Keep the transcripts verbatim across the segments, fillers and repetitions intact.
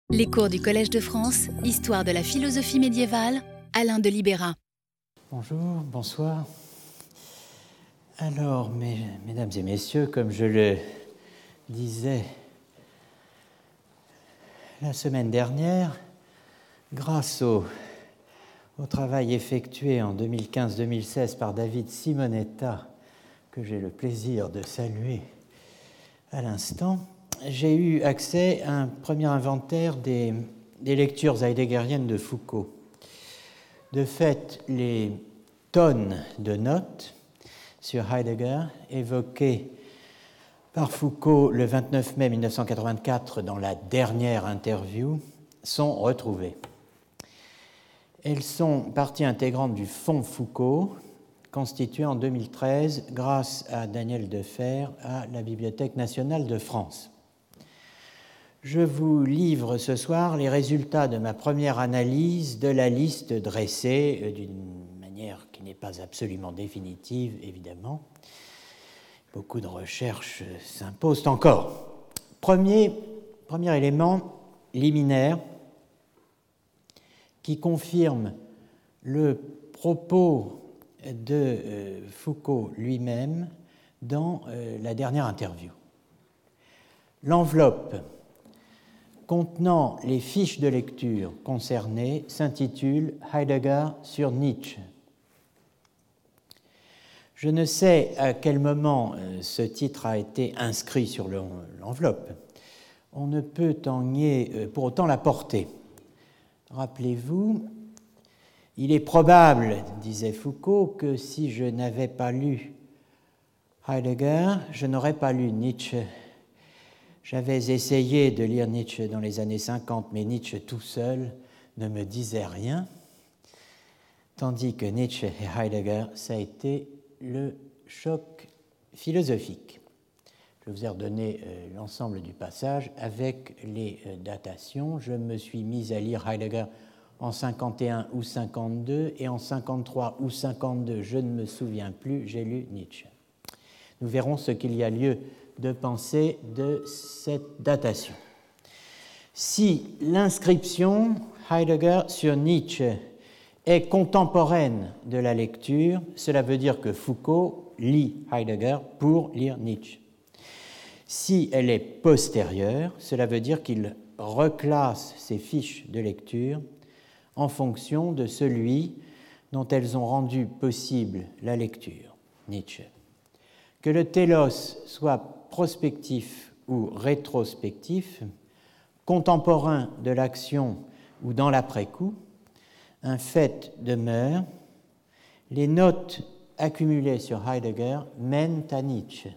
Les cours du Collège de France, Histoire de la philosophie médiévale, Alain de Libéra. Bonjour, bonsoir. Alors, mes, mesdames et messieurs, comme je le disais la semaine dernière, grâce au, au travail effectué en deux mille quinze deux mille seize par David Simonetta, que j'ai le plaisir de saluer à l'instant, j'ai eu accès à un premier inventaire des, des lectures heideggeriennes de Foucault. De fait, les tonnes de notes sur Heidegger évoquées par Foucault le vingt-neuf mai mille neuf cent quatre-vingt-quatre dans la dernière interview sont retrouvées. Elles sont partie intégrante du Fonds Foucault, constitué en deux mille treize grâce à Daniel Defer à la Bibliothèque nationale de France. Je vous livre ce soir les résultats de ma première analyse de la liste dressée d'une manière qui n'est pas absolument définitive, évidemment. Beaucoup de recherches s'imposent encore. Premier, premier élément liminaire qui confirme le propos de euh, Foucault lui-même dans euh, la dernière interview. L'enveloppe contenant les fiches de lecture concernées s'intitule Heidegger sur Nietzsche. Je ne sais à quel moment ce titre a été inscrit sur l'enveloppe. On ne peut en nier pour autant la portée. Rappelez-vous, il est probable, disait Foucault, que si je n'avais pas lu Heidegger, je n'aurais pas lu Nietzsche. J'avais essayé de lire Nietzsche dans les années cinquante, mais Nietzsche tout seul ne me disait rien, tandis que Nietzsche et Heidegger, ça a été le choc philosophique. Je vous ai redonné euh, l'ensemble du passage avec les euh, datations. Je me suis mis à lire Heidegger en cinquante et un ou cinquante-deux, et en cinquante-trois ou cinquante-deux, je ne me souviens plus, j'ai lu Nietzsche. Nous verrons ce qu'il y a lieu de penser de cette datation. Si l'inscription Heidegger sur Nietzsche est contemporaine de la lecture, cela veut dire que Foucault lit Heidegger pour lire Nietzsche. Si elle est postérieure, cela veut dire qu'il reclasse ses fiches de lecture en fonction de celui dont elles ont rendu possible la lecture, Nietzsche. Que le télos soit prospectif ou rétrospectif, contemporain de l'action ou dans l'après-coup, un fait demeure, les notes accumulées sur Heidegger mènent à Nietzsche.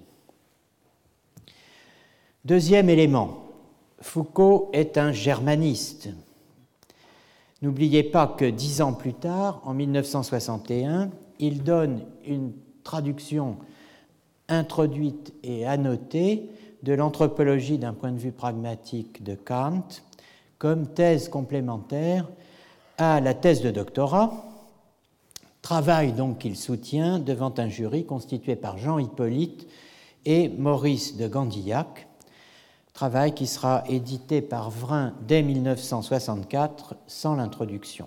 Deuxième élément, Foucault est un germaniste. N'oubliez pas que dix ans plus tard, en mille neuf cent soixante et un, il donne une traduction introduite et annotée de l'anthropologie d'un point de vue pragmatique de Kant comme thèse complémentaire à la thèse de doctorat, travail donc qu'il soutient devant un jury constitué par Jean Hippolyte et Maurice de Gandillac, travail qui sera édité par Vrin dès mille neuf cent soixante-quatre sans l'introduction.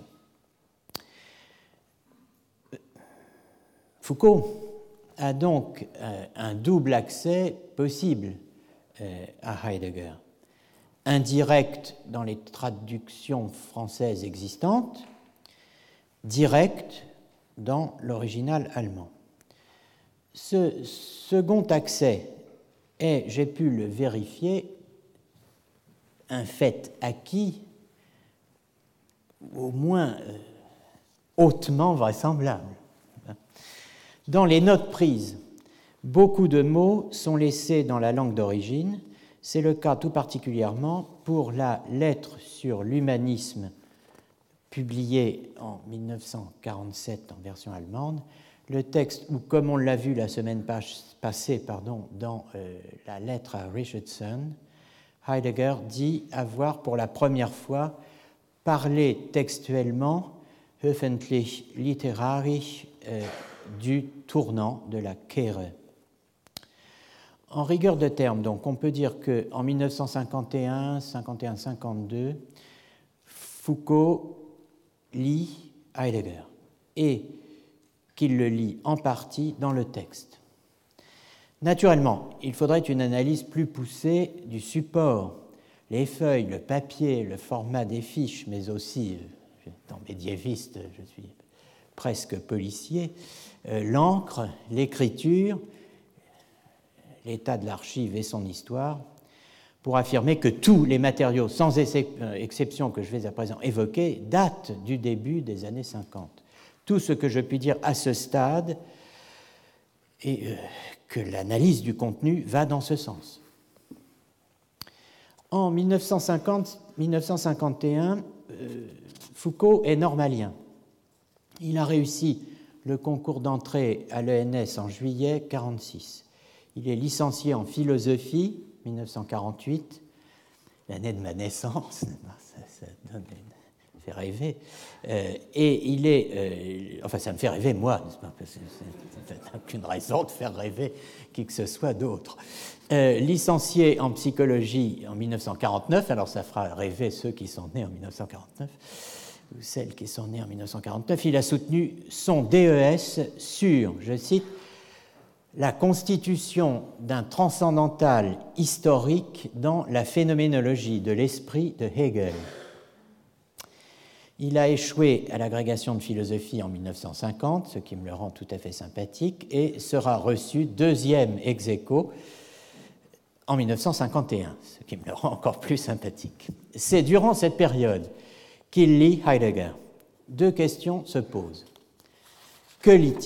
Foucault a donc euh, un double accès possible euh, à Heidegger, indirect dans les traductions françaises existantes, direct dans l'original allemand. Ce second accès est, j'ai pu le vérifier, un fait acquis, au moins euh, hautement vraisemblable. Dans les notes prises, beaucoup de mots sont laissés dans la langue d'origine. C'est le cas tout particulièrement pour la lettre sur l'humanisme publiée en mille neuf cent quarante-sept en version allemande, le texte où, comme on l'a vu la semaine passée pardon, dans euh, la lettre à Richardson, Heidegger dit avoir pour la première fois parlé textuellement öffentlich literarisch euh, du tournant de la Kehre. En rigueur de terme, donc, on peut dire qu'en mille neuf cent cinquante et un, cinquante et un cinquante-deux, Foucault lit Heidegger et qu'il le lit en partie dans le texte. Naturellement, il faudrait une analyse plus poussée du support, les feuilles, le papier, le format des fiches, mais aussi, étant médiéviste, je suis presque policier, euh, l'encre, l'écriture, l'état de l'archive et son histoire, pour affirmer que tous les matériaux, sans exception que je vais à présent évoquer, datent du début des années cinquante. Tout ce que je puis dire à ce stade est euh, que l'analyse du contenu va dans ce sens. En mille neuf cent cinquante mille neuf cent cinquante et un, euh, Foucault est normalien. Il a réussi le concours d'entrée à l'E N S en juillet mille neuf cent quarante-six. Il est licencié en philosophie, mille neuf cent quarante-huit, l'année de ma naissance, ça, ça donne une, fait rêver, euh, et il est, euh, enfin ça me fait rêver moi, n'est-ce pas, parce que ça n'a aucune raison de faire rêver qui que ce soit d'autre. Euh, licencié en psychologie en mille neuf cent quarante-neuf, alors ça fera rêver ceux qui sont nés en mille neuf cent quarante-neuf, ou celles qui sont nées en mille neuf cent quarante-neuf, il a soutenu son D E S sur, je cite, la constitution d'un transcendantal historique dans la phénoménologie de l'esprit de Hegel. Il a échoué à l'agrégation de philosophie en mille neuf cent cinquante, ce qui me le rend tout à fait sympathique, et sera reçu deuxième ex aequo en mille neuf cent cinquante et un, ce qui me le rend encore plus sympathique. C'est durant cette période qu'il lit Heidegger. Deux questions se posent. Que lit-il ?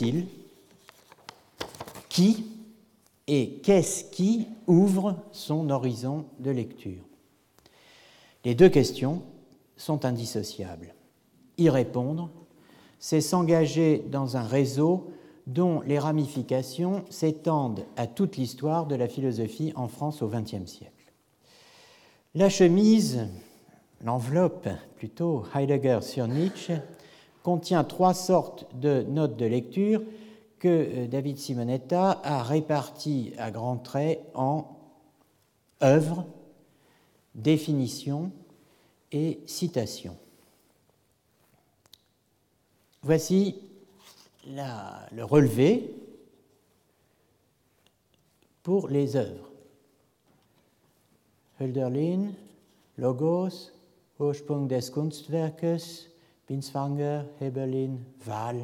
Qui et qu'est-ce qui ouvre son horizon de lecture? Les deux questions sont indissociables. Y répondre, c'est s'engager dans un réseau dont les ramifications s'étendent à toute l'histoire de la philosophie en France au vingtième siècle. La chemise, l'enveloppe plutôt, Heidegger sur Nietzsche, contient trois sortes de notes de lecture que David Simonetta a réparties à grands traits en œuvre, définition et citation. Voici la, le relevé pour les œuvres. Hölderlin, Logos, Ursprung des Kunstwerkes, Binswanger, Heberlin, Wahl,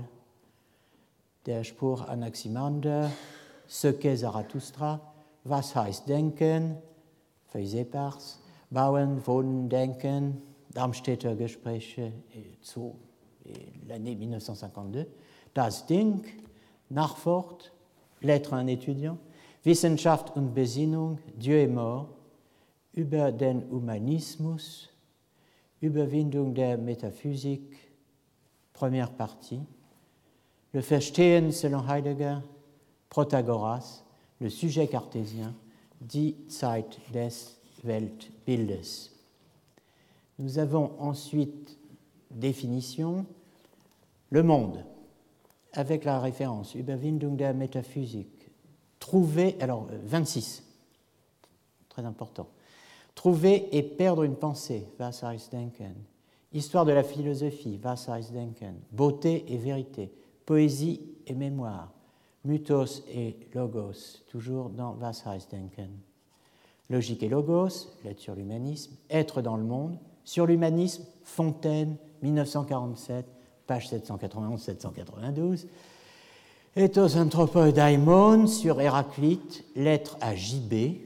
Der Spruch Anaximander, Ce qu'est Zarathustra, Was heißt Denken, Feuilles épars, Bauen, Wohnen, Denken, Darmstädter Gespräche, et so, et l'année mille neuf cent cinquante-deux, Das Ding, Nachwort, Lettre à un étudiant, Wissenschaft und Besinnung, Dieu est mort, Über den Humanismus, Überwindung der Metaphysik, première partie, le Verstehen selon Heidegger, Protagoras, le sujet cartésien, Die Zeit des Weltbildes. Nous avons ensuite définition, le monde, avec la référence Überwindung der Metaphysik, trouver, alors vingt-six, très important, trouver et perdre une pensée, Was heißt Denken, histoire de la philosophie, Was heißt Denken, beauté et vérité, poésie et mémoire, mythos et logos, toujours dans Was heißt Denken. Logique et logos, lettre sur l'humanisme, être dans le monde, sur l'humanisme, Fontaine, mille neuf cent quarante-sept, page sept cent quatre-vingt-onze sept cent quatre-vingt-douze. Ethos anthropoi daimon, sur Héraclite, lettre à J B,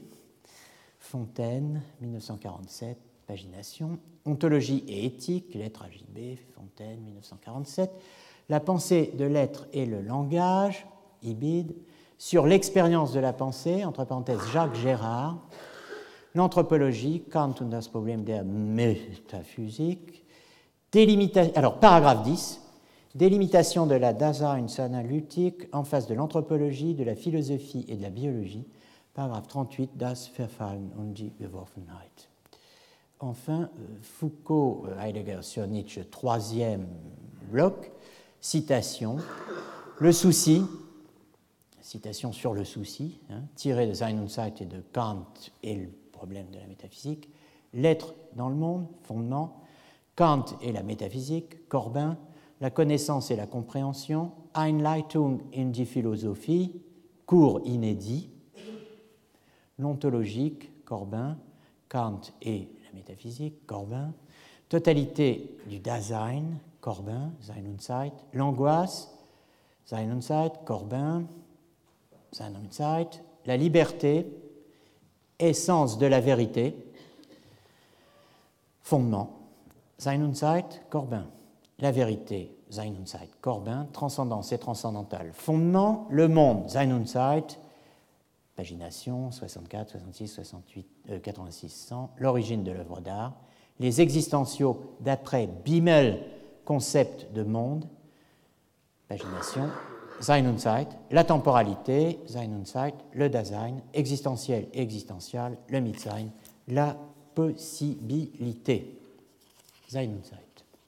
Fontaine, mille neuf cent quarante-sept, pagination. Ontologie et éthique, lettre à J B, Fontaine, mille neuf cent quarante-sept. La pensée de l'être et le langage, Ibid, sur l'expérience de la pensée, entre parenthèses Jacques Gérard, l'anthropologie, Kant und das Problem der Metaphysik, délimitation, alors paragraphe dix, délimitation de la Daseinsanalytik en face de l'anthropologie, de la philosophie et de la biologie, paragraphe trente-huit, Das Verfallen und die Beworfenheit. Enfin, Foucault, Heidegger sur Nietzsche, troisième bloc, citation, le souci, citation sur le souci, hein, tiré de Sein und Zeit et de Kant et le problème de la métaphysique. L'être dans le monde, fondement. Kant et la métaphysique, Corbin. La connaissance et la compréhension, Einleitung in die Philosophie, cours inédit. L'ontologique, Corbin. Kant et la métaphysique, Corbin. Totalité du Dasein, Corbin, Sein und Zeit. L'angoisse, Sein und Zeit, Corbin, Sein und Zeit. La liberté, essence de la vérité, fondement, Sein und Zeit, Corbin. La vérité, Sein und Zeit, Corbin. Transcendance et transcendantal, fondement. Le monde, Sein und Zeit, pagination, soixante-quatre, soixante-six, soixante-huit, euh, quatre-vingt-six, cent. L'origine de l'œuvre d'art. Les existentiaux d'après Bimmel, concept de monde, pagination, Sein und Zeit. La temporalité, Sein und Zeit. Le Dasein, existentiel et existential. Le Mitsein, la possibilité, Sein und Zeit.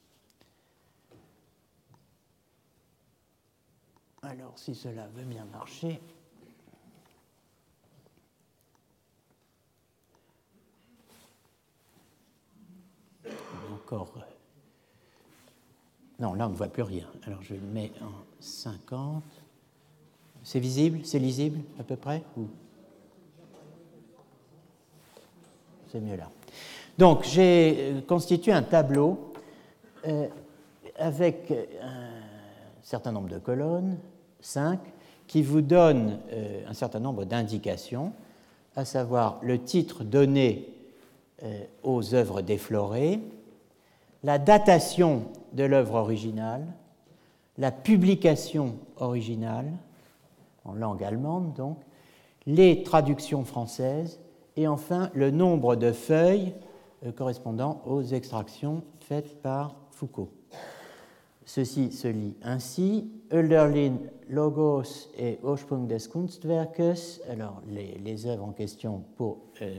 Alors, si cela veut bien marcher, encore. Non, là, on ne voit plus rien. Alors, je le mets en cinquante. C'est visible? C'est lisible, à peu près? Ou... C'est mieux là. Donc, j'ai constitué un tableau euh, avec un certain nombre de colonnes, cinq, qui vous donne euh, un certain nombre d'indications, à savoir le titre donné euh, aux œuvres déflorées, la datation de l'œuvre originale, la publication originale, en langue allemande donc, les traductions françaises, et enfin le nombre de feuilles euh, correspondant aux extractions faites par Foucault. Ceci se lit ainsi: Hölderlin, Logos et Ursprung des Kunstwerkes. Alors, les, les œuvres en question pour euh,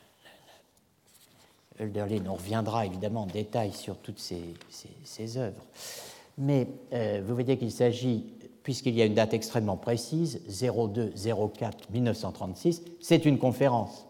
Hölderlin, on reviendra évidemment en détail sur toutes ces, ces, ces œuvres. Mais euh, vous voyez qu'il s'agit, puisqu'il y a une date extrêmement précise, zéro deux zéro quatre mille neuf cent trente-six, c'est une conférence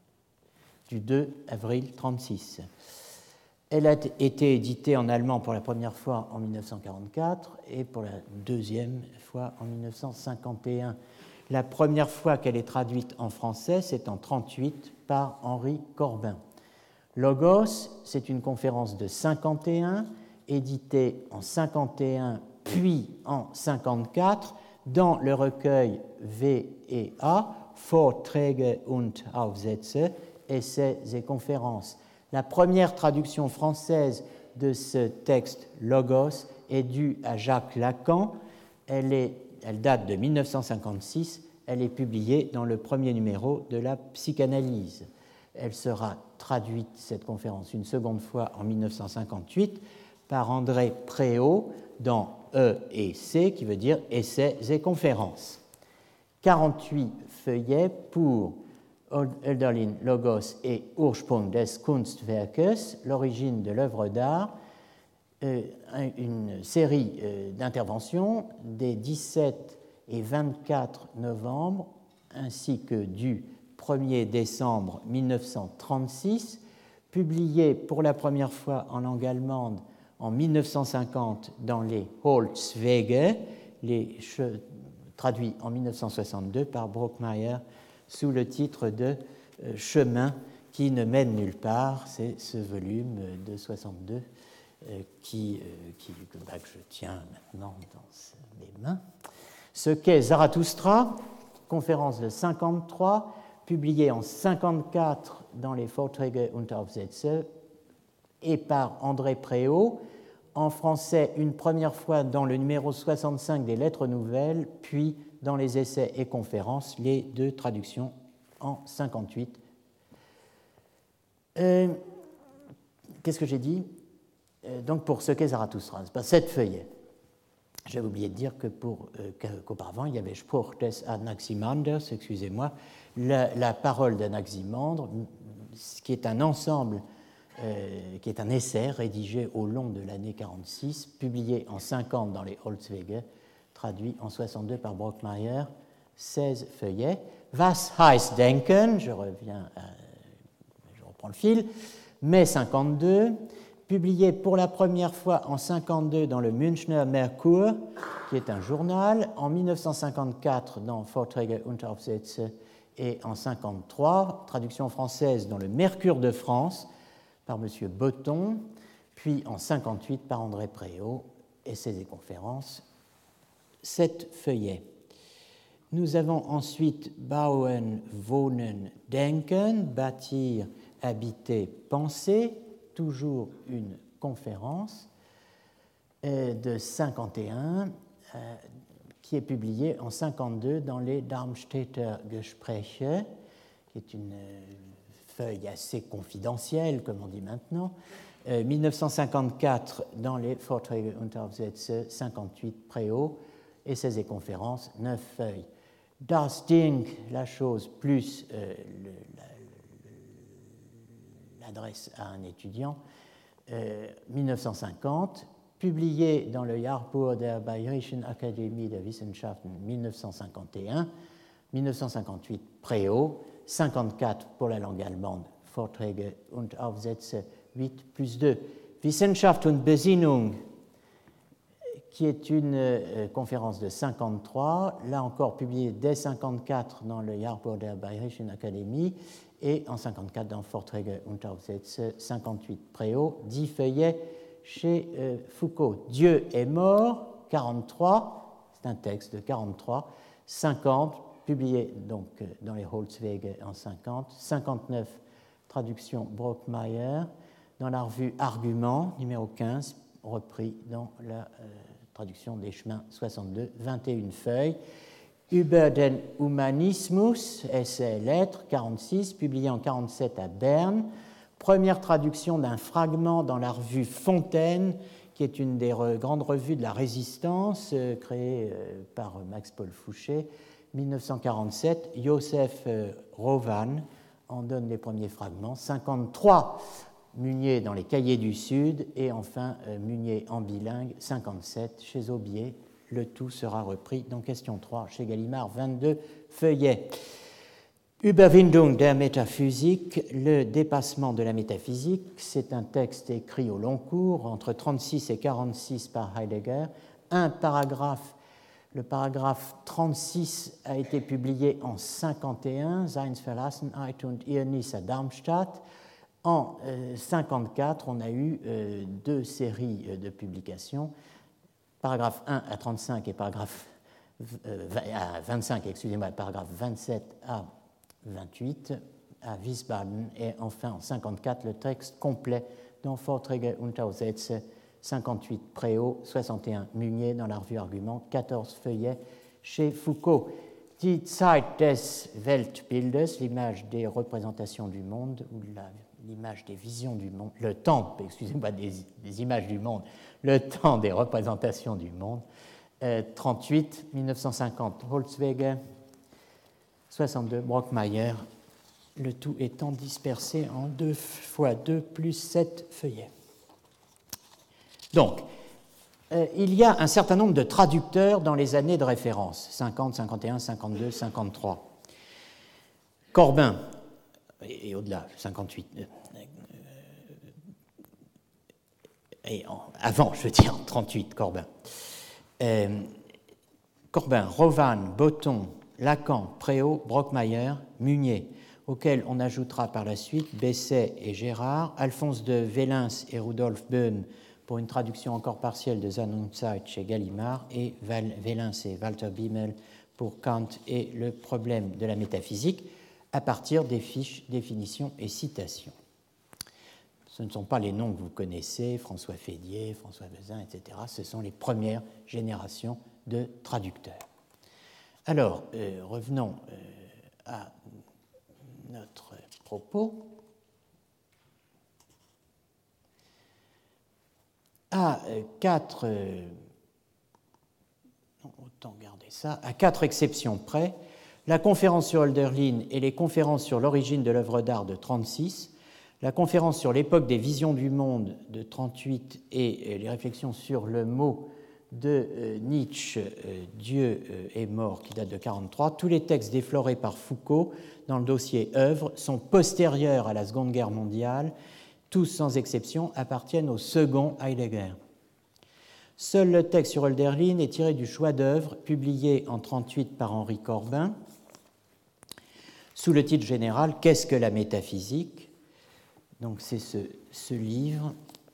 du deux avril trente-six. Elle a été éditée en allemand pour la première fois en mille neuf cent quarante-quatre et pour la deuxième fois en mille neuf cent cinquante et un. La première fois qu'elle est traduite en français, c'est en mille neuf cent trente-huit par Henri Corbin. Logos, c'est une conférence de cinquante et un, éditée en cinquante et un puis en cinquante-quatre dans le recueil V et A, Vorträge und Aufsätze, essais et conférences. La première traduction française de ce texte Logos est due à Jacques Lacan. Elle, est, elle date de mille neuf cent cinquante-six. Elle est publiée dans le premier numéro de la Psychanalyse. Elle sera traduite, cette conférence, une seconde fois en mille neuf cent cinquante-huit par André Préau dans E et C, qui veut dire Essais et conférences. quarante-huit feuillets pour Hölderlin, Logos et Ursprung des Kunstwerkes, l'origine de l'œuvre d'art, euh, une série euh, d'interventions des dix-sept et vingt-quatre novembre, ainsi que du premier décembre mille neuf cent trente-six, publié pour la première fois en langue allemande en mille neuf cent cinquante dans les Holzwege, les traduits en mille neuf cent soixante-deux par Brockmeier sous le titre de euh, Chemin qui ne mène nulle part. C'est ce volume de soixante-deux euh, qui, euh, qui, bah, que je tiens maintenant dans mes mains. Ce qu'est Zarathustra, conférence de cinquante-trois, publiée en cinquante-quatre dans les Vorträge und Aufsätze et par André Préau, en français une première fois dans le numéro soixante-cinq des Lettres Nouvelles, puis dans les Essais et conférences, les deux traductions en cinquante-huit. Euh, qu'est-ce que j'ai dit? euh, Donc pour ce qu'est Zarathustra, sept feuillets. J'avais oublié de dire que pour, euh, qu'auparavant, il y avait Spruch des Anaximanders, excusez-moi, la, la parole d'Anaximandre, qui est un ensemble, euh, qui est un essai rédigé au long de l'année quarante-six, publié en cinquante dans les Holzwege, traduit en soixante-deux par Brockmeier. seize feuillets. Was heißt denken, je reviens, à, je reprends le fil, mai cinquante-deux, publié pour la première fois en cinquante-deux dans le Münchner Merkur, qui est un journal, en mille neuf cent cinquante-quatre dans Vorträge und Aufsätze, et en cinquante-trois, traduction française dans le Mercure de France par M. Botton, puis en cinquante-huit par André Préau, Essais et conférences, sept feuillets. Nous avons ensuite Bauen, Wohnen, Denken, bâtir, habiter, penser, toujours une conférence euh, de cinquante et un euh, qui est publiée en cinquante-deux dans les Darmstädter Gespräche, qui est une euh, feuille assez confidentielle, comme on dit maintenant, euh, mille neuf cent cinquante-quatre dans les Vorträge und Aufsätze, cinquante-huit Préau, Essais et conférences, neuf feuilles. Das Ding, la chose, plus euh, le, la, l'adresse à un étudiant, euh, mille neuf cent cinquante, publié dans le Jahrbuch der Bayerischen Akademie der Wissenschaften, mille neuf cent cinquante et un, mille neuf cent cinquante-huit, Préau, cinquante-quatre pour la langue allemande, Vorträge und Aufsätze, huit plus deux, Wissenschaft und Besinnung, qui est une euh, conférence de cinquante-trois, là encore publiée dès cinquante-quatre dans le Jahrbuch der Bayerischen Akademie, et en cinquante-quatre dans Vorträge und Aufsätze, cinquante-huit Préau, dix feuillets chez euh, Foucault. Dieu est mort, quarante-trois, c'est un texte de quarante-trois, cinquante, publié donc euh, dans les Holzwege en cinquante, cinquante-neuf, traduction Brockmeier, dans la revue Argument, numéro quinze, repris dans la euh, traduction des chemins soixante-deux, vingt et une feuilles. Über den Humanismus, essai et lettres, quarante-six, publié en quarante-sept à Berne. Première traduction d'un fragment dans la revue Fontaine, qui est une des re- grandes revues de la Résistance, euh, créée euh, par Max Paul Fouché, mille neuf cent quarante-sept. Joseph euh, Rowan en donne les premiers fragments. cinquante-trois, Munier dans les Cahiers du Sud, et enfin euh, Munier en bilingue, cinquante-sept, chez Aubier. Le tout sera repris dans question trois, chez Gallimard, vingt-deux feuillets. Überwindung der Metaphysik, le dépassement de la métaphysique, c'est un texte écrit au long cours, entre trente-six et quarante-six par Heidegger. Un paragraphe, le paragraphe trente-six a été publié en cinquante et un, Seinsverlassenheit und Irrnis à Darmstadt. En euh, cinquante-quatre, on a eu euh, deux séries euh, de publications, paragraphe un à trente-cinq et paragraphe euh, à vingt-cinq, excusez-moi, paragraphe vingt-sept à vingt-huit à Wiesbaden, et enfin en cinquante-quatre, le texte complet dans Vorträge und Aufsätze, cinquante-huit Préau, soixante et un Munier dans la revue Argument, quatorze feuillets chez Foucault. Die Zeit des Weltbildes, l'image des représentations du monde, ou la l'image des visions du monde, le temps, excusez-moi, des, des images du monde, le temps des représentations du monde, euh, trente-huit, mille neuf cent cinquante, Holzwege, soixante-deux, Brockmeier, le tout étant dispersé en deux fois deux plus sept feuillets. Donc, euh, il y a un certain nombre de traducteurs dans les années de référence, cinquante, cinquante et un, cinquante-deux, cinquante-trois. Corbin, et au-delà, cinquante-huit, euh, et en, avant, je veux dire, trente-huit, Corbin. Euh, Corbin, Rowan, Botton, Lacan, Préau, Brockmeier, Munier, auxquels on ajoutera par la suite Besset et Gérard, Alphonse de Vélins et Rudolf Böhm pour une traduction encore partielle de Sein und Zeit chez Gallimard, et Vélins et Walter Biemel pour Kant et le problème de la métaphysique, à partir des fiches, définitions et citations. Ce ne sont pas les noms que vous connaissez, François Fédier, François Vezin, et cetera. Ce sont les premières générations de traducteurs. Alors, euh, revenons euh, à notre propos. À euh, quatre, euh, autant garder ça, à quatre exceptions près, la conférence sur Hölderlin et les conférences sur l'origine de l'œuvre d'art de trente-six, la conférence sur l'époque des visions du monde de trente-huit et les réflexions sur le mot de euh, Nietzsche, euh, Dieu euh, est mort, qui date de mille neuf cent quarante-trois, tous les textes déflorés par Foucault dans le dossier œuvre sont postérieurs à la Seconde Guerre mondiale. Tous, sans exception, appartiennent au second Heidegger. Seul le texte sur Hölderlin est tiré du choix d'œuvre publié en mille neuf cent trente-huit par Henri Corbin, sous le titre général « Qu'est-ce que la métaphysique ?» Donc c'est ce, ce livre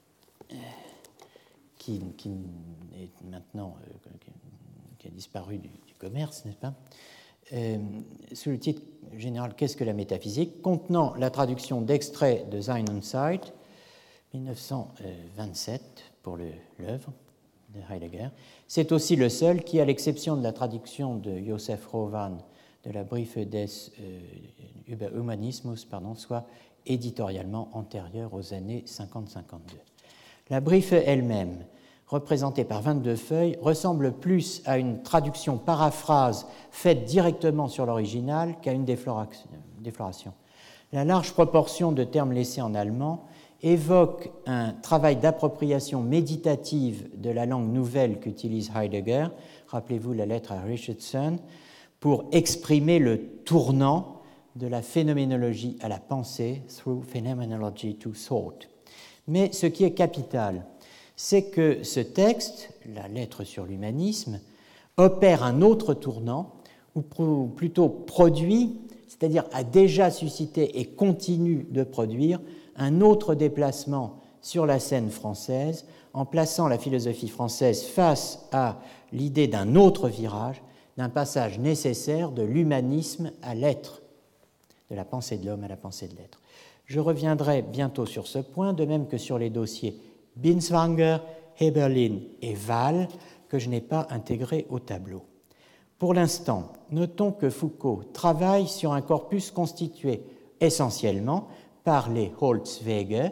qui, qui est maintenant, euh, qui a disparu du, du commerce, n'est-ce pas, euh, sous le titre général « Qu'est-ce que la métaphysique ?» contenant la traduction d'extraits de Sein und Zeit, mille neuf cent vingt-sept pour l'œuvre de Heidegger. C'est aussi le seul qui, à l'exception de la traduction de Josef Rowan de la Briefe des euh, über Humanismus, pardon, soit éditorialement antérieure aux années cinquante cinquante-deux. La Briefe elle-même, représentée par vingt-deux feuilles, ressemble plus à une traduction paraphrase faite directement sur l'original qu'à une défloration. La large proportion de termes laissés en allemand évoque un travail d'appropriation méditative de la langue nouvelle qu'utilise Heidegger, rappelez-vous la lettre à Richardson, pour exprimer le tournant de la phénoménologie à la pensée, through phenomenology to thought. Mais ce qui est capital, c'est que ce texte, la lettre sur l'humanisme, opère un autre tournant, ou plutôt produit, c'est-à-dire a déjà suscité et continue de produire un autre déplacement sur la scène française, en plaçant la philosophie française face à l'idée d'un autre virage, d'un passage nécessaire de l'humanisme à l'être, de la pensée de l'homme à la pensée de l'être. Je reviendrai bientôt sur ce point, de même que sur les dossiers Binswanger, Heberlin et Wahl, que je n'ai pas intégrés au tableau. Pour l'instant, notons que Foucault travaille sur un corpus constitué essentiellement par les Holzwege,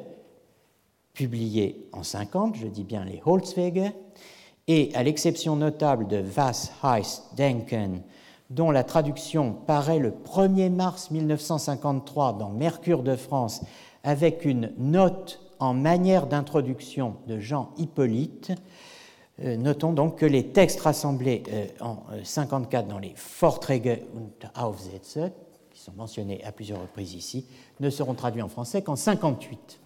publiés en cinquante, je dis bien les Holzwege, et à l'exception notable de Was heißt Denken, dont la traduction paraît le premier mars mille neuf cent cinquante-trois dans Mercure de France avec une note en manière d'introduction de Jean Hippolyte. Euh, notons donc que les textes rassemblés euh, en cinquante-quatre dans les Vorträge und Aufsätze, qui sont mentionnés à plusieurs reprises ici, ne seront traduits en français qu'en cinquante-huit.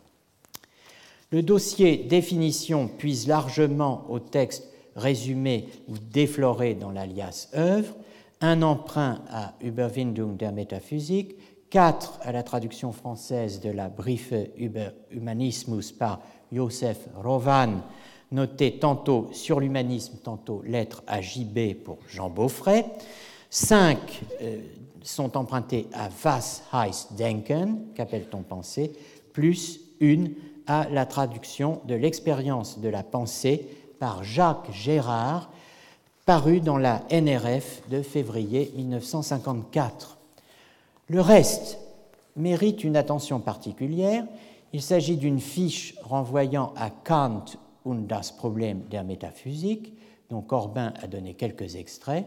Le dossier définition puise largement au texte résumé ou défloré dans l'alias œuvre, un emprunt à Überwindung der Metaphysik, quatre à la traduction française de la Briefe über Humanismus par Josef Rowan, noté tantôt sur l'humanisme, tantôt lettre à J B pour Jean Beaufray, cinq euh, sont empruntés à Was heißt Denken, qu'appelle-t-on penser, plus une à la traduction de l'expérience de la pensée par Jacques Gérard, paru dans la N R F de février mille neuf cent cinquante-quatre. Le reste mérite une attention particulière. Il s'agit d'une fiche renvoyant à Kant und das Problem der Metaphysik, dont Corbin a donné quelques extraits,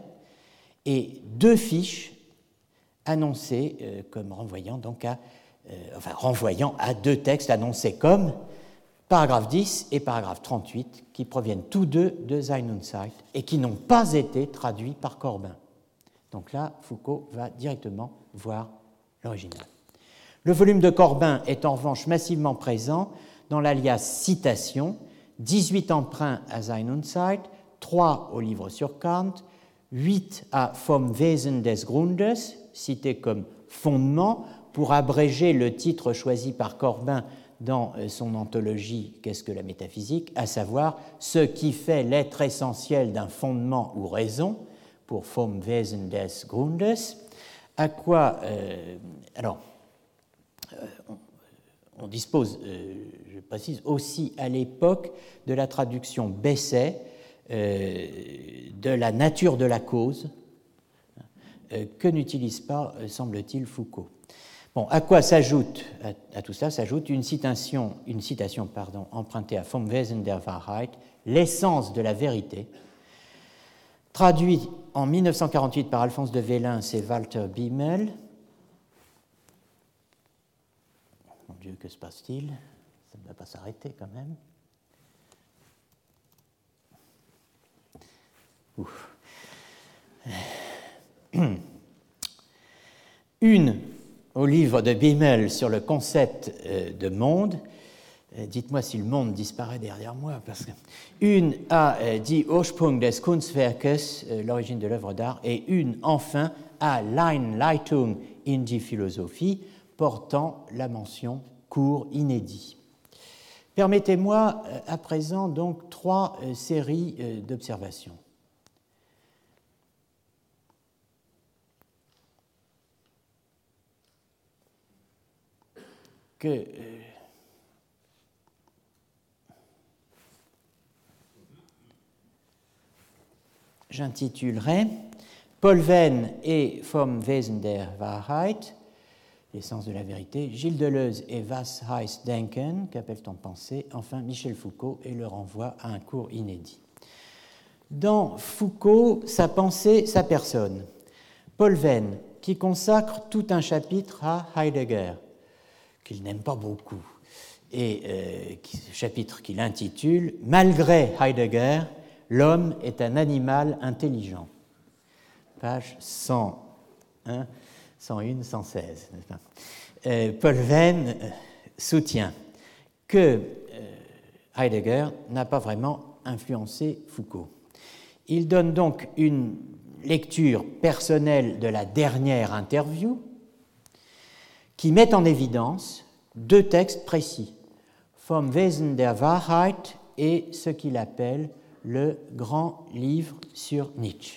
et deux fiches annoncées euh, comme renvoyant donc à euh, enfin renvoyant à deux textes annoncés comme paragraphe dix et paragraphe trente-huit, qui proviennent tous deux de Sein und Zeit et qui n'ont pas été traduits par Corbin. Donc là, Foucault va directement voir l'original. Le volume de Corbin est en revanche massivement présent dans l'alias citation, dix-huit emprunts à Sein und Zeit, trois au livre sur Kant, huit à Vom Wesen des Grundes, cité comme fondement, pour abréger le titre choisi par Corbin dans son anthologie « Qu'est-ce que la métaphysique ?», à savoir « Ce qui fait l'être essentiel d'un fondement ou raison », pour Vom Wesen des Grundes, à quoi, euh, alors, euh, on, on dispose, euh, je précise, aussi à l'époque de la traduction Besset euh, de la nature de la cause, euh, que n'utilise pas, euh, semble-t-il, Foucault. Bon, à quoi s'ajoute, à, à tout ça, s'ajoute une citation, une citation pardon, empruntée à Vom Wesen der Wahrheit, l'essence de la vérité, traduit en mille neuf cent quarante-huit par Alphonse de Vélins et Walter Biemel. Mon Dieu, que se passe-t-il? Ça ne va pas s'arrêter quand même. Ouf. Une au livre de Bimmel sur le concept de monde. Dites-moi si le monde disparaît derrière moi, parce que une a Die Ursprung des Kunstwerkes, l'origine de l'œuvre d'art, et une, enfin, a Leinleitung in die Philosophie, portant la mention cours inédit. Permettez-moi à présent donc trois séries d'observations. Que euh, j'intitulerai Paul Venn et Vom Wesen der Wahrheit, l'essence de la vérité, Gilles Deleuze et Was heißt denken, qu'appelle-t-on penser, enfin Michel Foucault et le renvoi à un cours inédit. Dans Foucault, sa pensée, sa personne. Paul Venn, qui consacre tout un chapitre à Heidegger, qu'il n'aime pas beaucoup, et euh, chapitre qu'il intitule « Malgré Heidegger, l'homme est un animal intelligent ». Page cent un, cent un, cent seize. Euh, Paul Venn euh, soutient que euh, Heidegger n'a pas vraiment influencé Foucault. Il donne donc une lecture personnelle de la dernière interview qui met en évidence deux textes précis, Vom Wesen der Wahrheit et ce qu'il appelle le grand livre sur Nietzsche.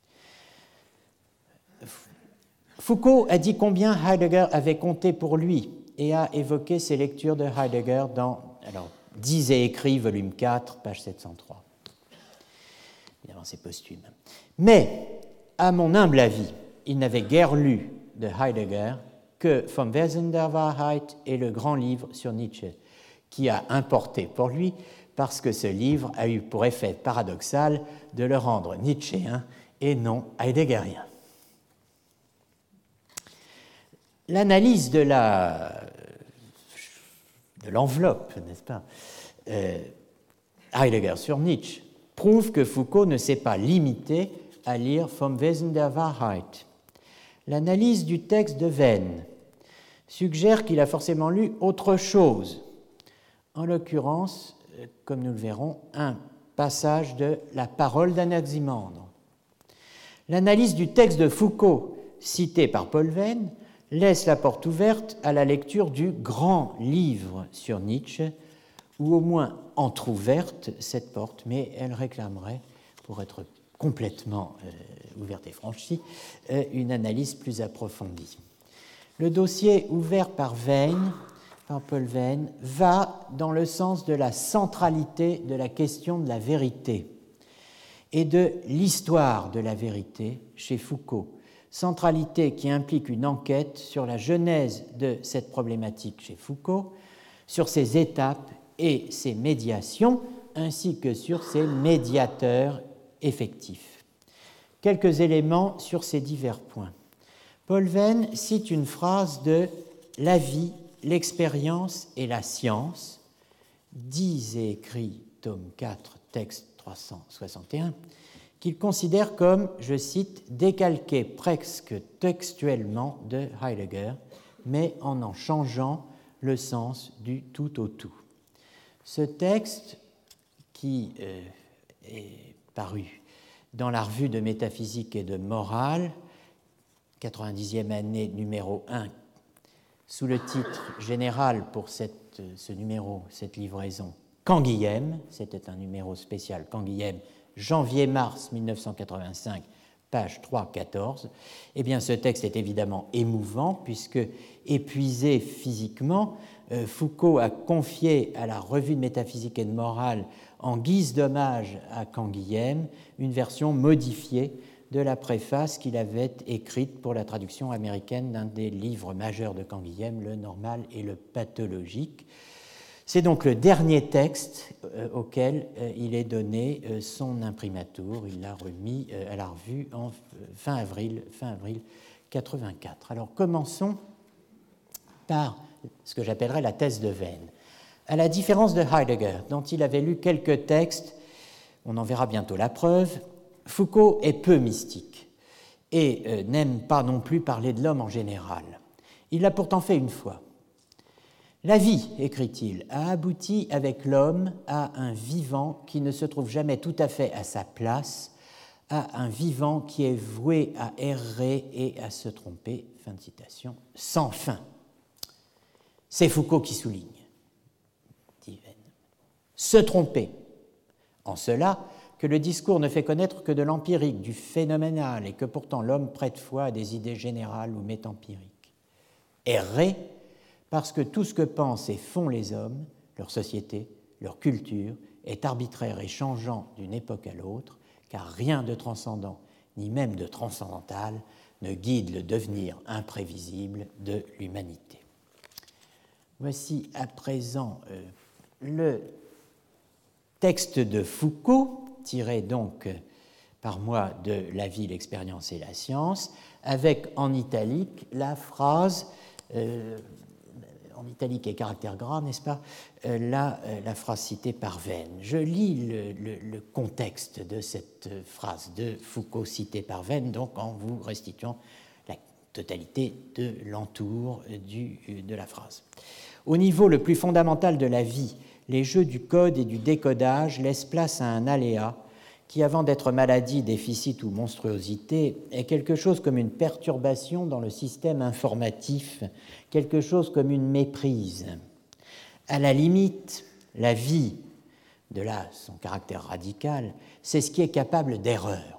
Foucault a dit combien Heidegger avait compté pour lui et a évoqué ses lectures de Heidegger dans alors, Dix et écrits, volume quatre, page sept cent trois. Évidemment, c'est posthume. Mais, à mon humble avis, il n'avait guère lu de Heidegger que Vom Wesen der Wahrheit et le grand livre sur Nietzsche, qui a importé pour lui parce que ce livre a eu pour effet paradoxal de le rendre nietzschéen et non heideggerien. L'analyse de la de l'enveloppe, n'est-ce pas, euh, Heidegger sur Nietzsche, prouve que Foucault ne s'est pas limité à lire Vom Wesen der Wahrheit. L'analyse du texte de Venn suggère qu'il a forcément lu autre chose, en l'occurrence, comme nous le verrons, un passage de La parole d'Anaximandre. L'analyse du texte de Foucault, cité par Paul Venn, laisse la porte ouverte à la lecture du grand livre sur Nietzsche, ou au moins entr'ouverte cette porte, mais elle réclamerait, pour être complètement euh, ouverte et franchie, euh, une analyse plus approfondie. Le dossier ouvert par Venn, par Paul Venn, va dans le sens de la centralité de la question de la vérité et de l'histoire de la vérité chez Foucault, centralité qui implique une enquête sur la genèse de cette problématique chez Foucault, sur ses étapes et ses médiations, ainsi que sur ses médiateurs effectifs. Quelques éléments sur ces divers points. Paul Venn cite une phrase de « La vie, l'expérience et la science », Dix et écrits, tome quatre, texte trois cent soixante et un, qu'il considère comme, je cite, décalqué presque textuellement de Heidegger, mais en en changeant le sens du tout au tout. Ce texte, qui euh, est paru dans la revue de métaphysique et de morale, quatre-vingt-dixième année, numéro un, sous le titre général pour cette, ce numéro, cette livraison, Canguilhem, c'était un numéro spécial Canguilhem, janvier-mars mille neuf cent quatre-vingt-cinq, page trois cent quatorze, eh bien ce texte est évidemment émouvant puisque, épuisé physiquement, euh, Foucault a confié à la revue de métaphysique et de morale, en guise d'hommage à Canguilhem, une version modifiée de la préface qu'il avait écrite pour la traduction américaine d'un des livres majeurs de Canguilhem, le normal et le pathologique. C'est donc le dernier texte euh, auquel euh, il est donné euh, son imprimatur. Il l'a remis euh, à la revue en fin avril, fin avril quatre-vingt-quatre. Alors commençons par ce que j'appellerais la thèse de Venn. À la différence de Heidegger, dont il avait lu quelques textes, on en verra bientôt la preuve, Foucault est peu mystique et euh, n'aime pas non plus parler de l'homme en général. Il l'a pourtant fait une fois. La vie, écrit-il, a abouti avec l'homme à un vivant qui ne se trouve jamais tout à fait à sa place, à un vivant qui est voué à errer et à se tromper, fin de citation, sans fin. C'est Foucault qui souligne, dit Venn. Se tromper. En cela que le discours ne fait connaître que de l'empirique, du phénoménal, et que pourtant l'homme prête foi à des idées générales ou métempiriques. Errer, parce que tout ce que pensent et font les hommes, leur société, leur culture, est arbitraire et changeant d'une époque à l'autre, car rien de transcendant, ni même de transcendantal, ne guide le devenir imprévisible de l'humanité. Voici à présent euh, le texte de Foucault, tiré donc euh, par moi de La vie, l'expérience et la science, avec en italique la phrase... Euh, en italique et caractère gras, n'est-ce pas, euh, la, euh, la phrase citée par Venn. Je lis le, le, le contexte de cette phrase de Foucault citée par Venn, donc en vous restituant la totalité de l'entour du, de la phrase. Au niveau le plus fondamental de la vie, les jeux du code et du décodage laissent place à un aléa qui, avant d'être maladie, déficit ou monstruosité, est quelque chose comme une perturbation dans le système informatif, quelque chose comme une méprise. À la limite, la vie, de là son caractère radical, c'est ce qui est capable d'erreur.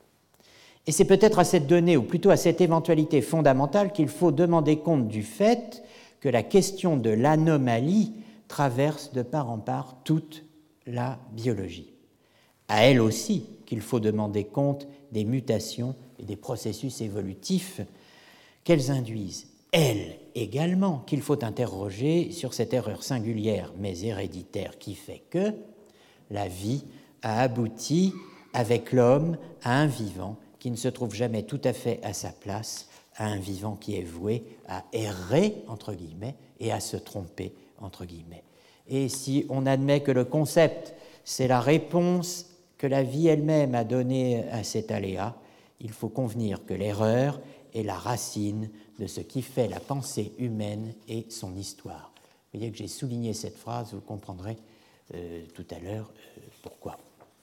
Et c'est peut-être à cette donnée, ou plutôt à cette éventualité fondamentale, qu'il faut demander compte du fait que la question de l'anomalie traverse de part en part toute la biologie. À elle aussi qu'il faut demander compte des mutations et des processus évolutifs qu'elles induisent. Elle également qu'il faut interroger sur cette erreur singulière mais héréditaire qui fait que la vie a abouti avec l'homme à un vivant qui ne se trouve jamais tout à fait à sa place, à un vivant qui est voué à errer, entre guillemets, et à se tromper, entre guillemets. Et si on admet que le concept, c'est la réponse que la vie elle-même a donnée à cet aléa, il faut convenir que l'erreur est la racine de ce qui fait la pensée humaine et son histoire. Vous voyez que j'ai souligné cette phrase, vous comprendrez euh, tout à l'heure euh, pourquoi.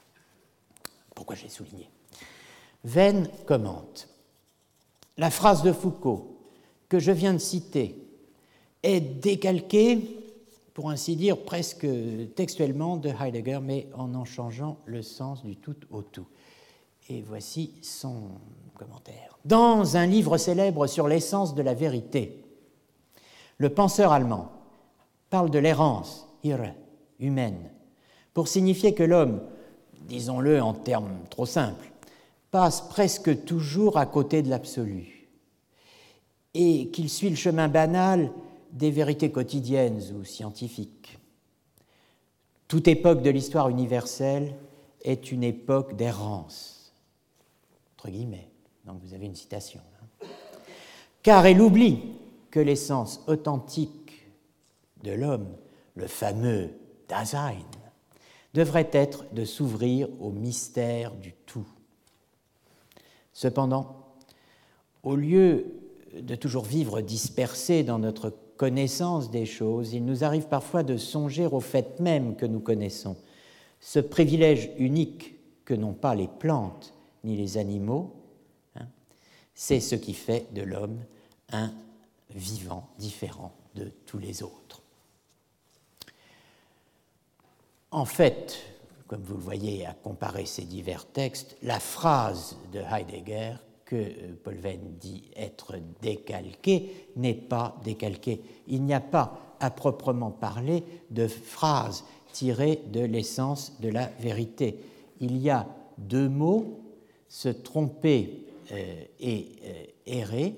Pourquoi j'ai souligné. Venn commente. La phrase de Foucault que je viens de citer est décalquée, pour ainsi dire, presque textuellement de Heidegger, mais en en changeant le sens du tout au tout. Et voici son commentaire. Dans un livre célèbre sur l'essence de la vérité, le penseur allemand parle de l'errance, Irre, humaine, pour signifier que l'homme, disons-le en termes trop simples, passe presque toujours à côté de l'absolu et qu'il suit le chemin banal des vérités quotidiennes ou scientifiques. Toute époque de l'histoire universelle est une époque d'errance, entre guillemets, donc vous avez une citation. Hein. Car elle oublie que l'essence authentique de l'homme, le fameux Dasein, devrait être de s'ouvrir au mystère du tout. Cependant, au lieu de toujours vivre dispersés dans notre connaissance des choses, il nous arrive parfois de songer au fait même que nous connaissons, ce privilège unique que n'ont pas les plantes ni les animaux, hein, c'est ce qui fait de l'homme un vivant différent de tous les autres. En fait, comme vous le voyez à comparer ces divers textes, la phrase de Heidegger que Paul Venn dit être décalquée n'est pas décalquée. Il n'y a pas, à proprement parler, de phrase tirée de l'essence de la vérité. Il y a deux mots, se tromper euh, et euh, errer.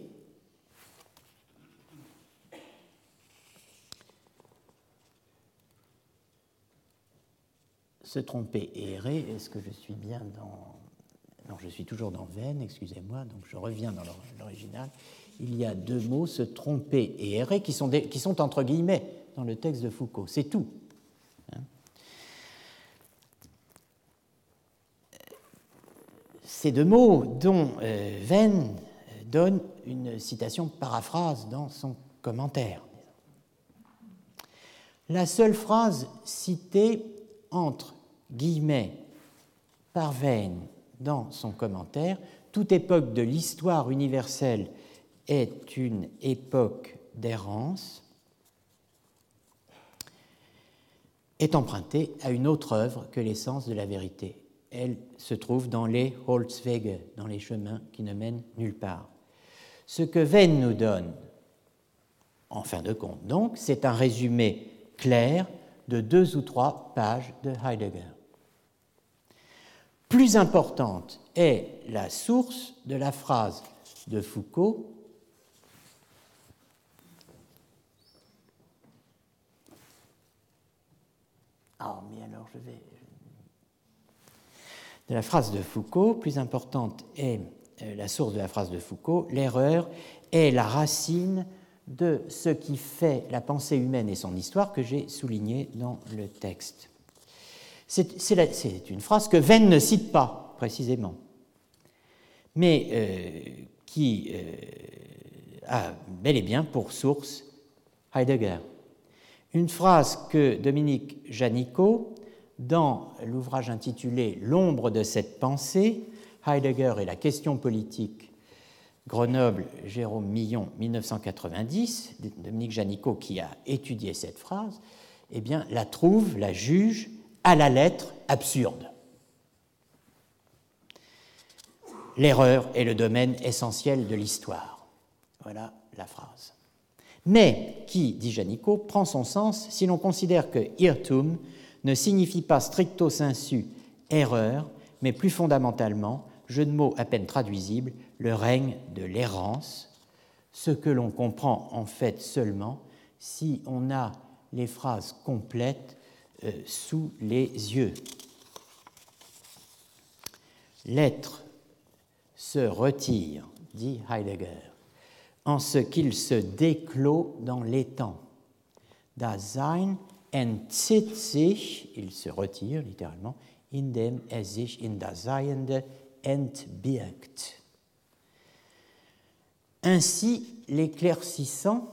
Se tromper et errer, est-ce que je suis bien dans... Non, je suis toujours dans Venn, excusez-moi, donc je reviens dans l'original. Il y a deux mots, se tromper et errer, qui sont, des, qui sont entre guillemets dans le texte de Foucault. C'est tout. Hein. ces deux mots dont euh, Venn donne une citation paraphrase dans son commentaire. La seule phrase citée entre guillemets par Venn dans son commentaire, toute époque de l'histoire universelle est une époque d'errance, est empruntée à une autre œuvre que l'essence de la vérité. Elle se trouve dans les Holzwege, dans les chemins qui ne mènent nulle part. Ce que Venn nous donne, en fin de compte donc, c'est un résumé clair de deux ou trois pages de Heidegger. Plus importante est la source de la phrase de Foucault Ah, mais alors je vais... De la phrase de Foucault, plus importante est la source de la phrase de Foucault, l'erreur est la racine de ce qui fait la pensée humaine et son histoire que j'ai souligné dans le texte. C'est, c'est, la, c'est une phrase que Venn ne cite pas, précisément, mais euh, qui euh, a bel et bien pour source Heidegger. Une phrase que Dominique Janicot, dans l'ouvrage intitulé « L'ombre de cette pensée, Heidegger et la question politique », Grenoble, Jérôme Millon, mille neuf cent quatre-vingt-dix, Dominique Janicot, qui a étudié cette phrase, eh bien, la trouve, la juge, à la lettre absurde. L'erreur est le domaine essentiel de l'histoire. Voilà la phrase. Mais qui, dit Janicot, prend son sens si l'on considère que Irrtum ne signifie pas stricto sensu erreur, mais plus fondamentalement, jeu de mots à peine traduisible, le règne de l'errance, ce que l'on comprend en fait seulement si on a les phrases complètes euh, sous les yeux. L'être se retire, dit Heidegger, en ce qu'il se déclôt dans les temps. Das Sein entzieht sich, il se retire littéralement, indem er sich in das Seiende entbirgt. Ainsi, l'éclaircissant,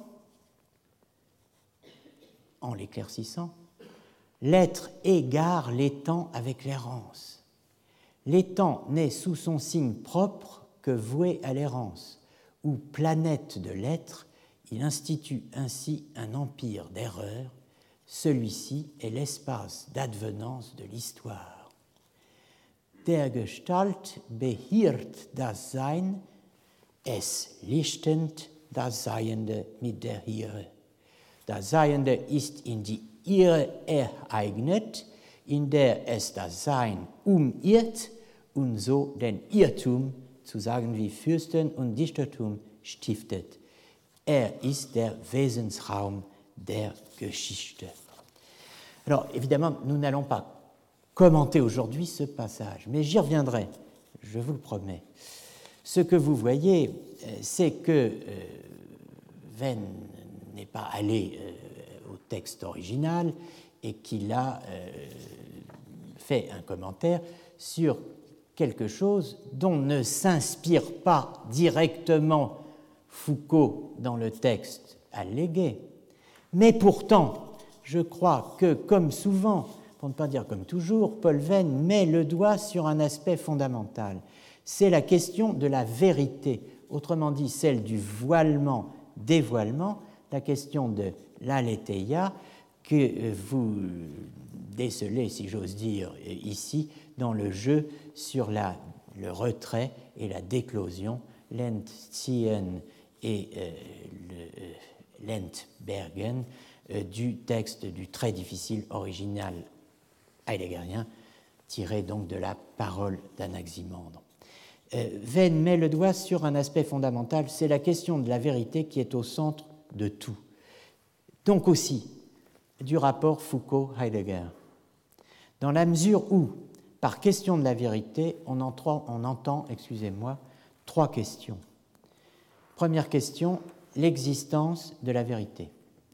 en l'éclaircissant, l'être égare les temps avec l'errance. L'étang n'est sous son signe propre que voué à l'errance, ou planète de l'être, il institue ainsi un empire d'erreur. Celui-ci est l'espace d'advenance de l'histoire. Der Gestalt behirt das Sein, es lichtend das Seiende mit der Ihre. Das Seiende ist in die Ihre ereignet, in der es das Sein umirrt und so den Irrtum, zu sagen wie Fürsten und Dichtertum, stiftet. Er ist der Wesensraum der Geschichte. Alors, évidemment, nous n'allons pas commenter aujourd'hui ce passage, mais j'y reviendrai, je vous le promets. Ce que vous voyez, c'est que euh, Venn n'est pas allé euh, au texte original et qu'il a euh, fait un commentaire sur quelque chose dont ne s'inspire pas directement Foucault dans le texte allégué. Mais pourtant, je crois que, comme souvent, pour ne pas dire comme toujours, Paul Venn met le doigt sur un aspect fondamental. C'est la question de la vérité, autrement dit celle du voilement-dévoilement, la question de l'aletheia que vous décelez, si j'ose dire, ici, dans le jeu sur la, le retrait et la déclosion, l'Entziehen et euh, le, euh, l'Entbergen, euh, du texte du très difficile original heideggerien, tiré donc de la parole d'Anaximandre. Euh, Venn met le doigt sur un aspect fondamental, c'est la question de la vérité qui est au centre de tout. Donc aussi du rapport Foucault-Heidegger. Dans la mesure où, par question de la vérité, on entend, on entend excusez-moi, trois questions. Première question, l'existence de la vérité.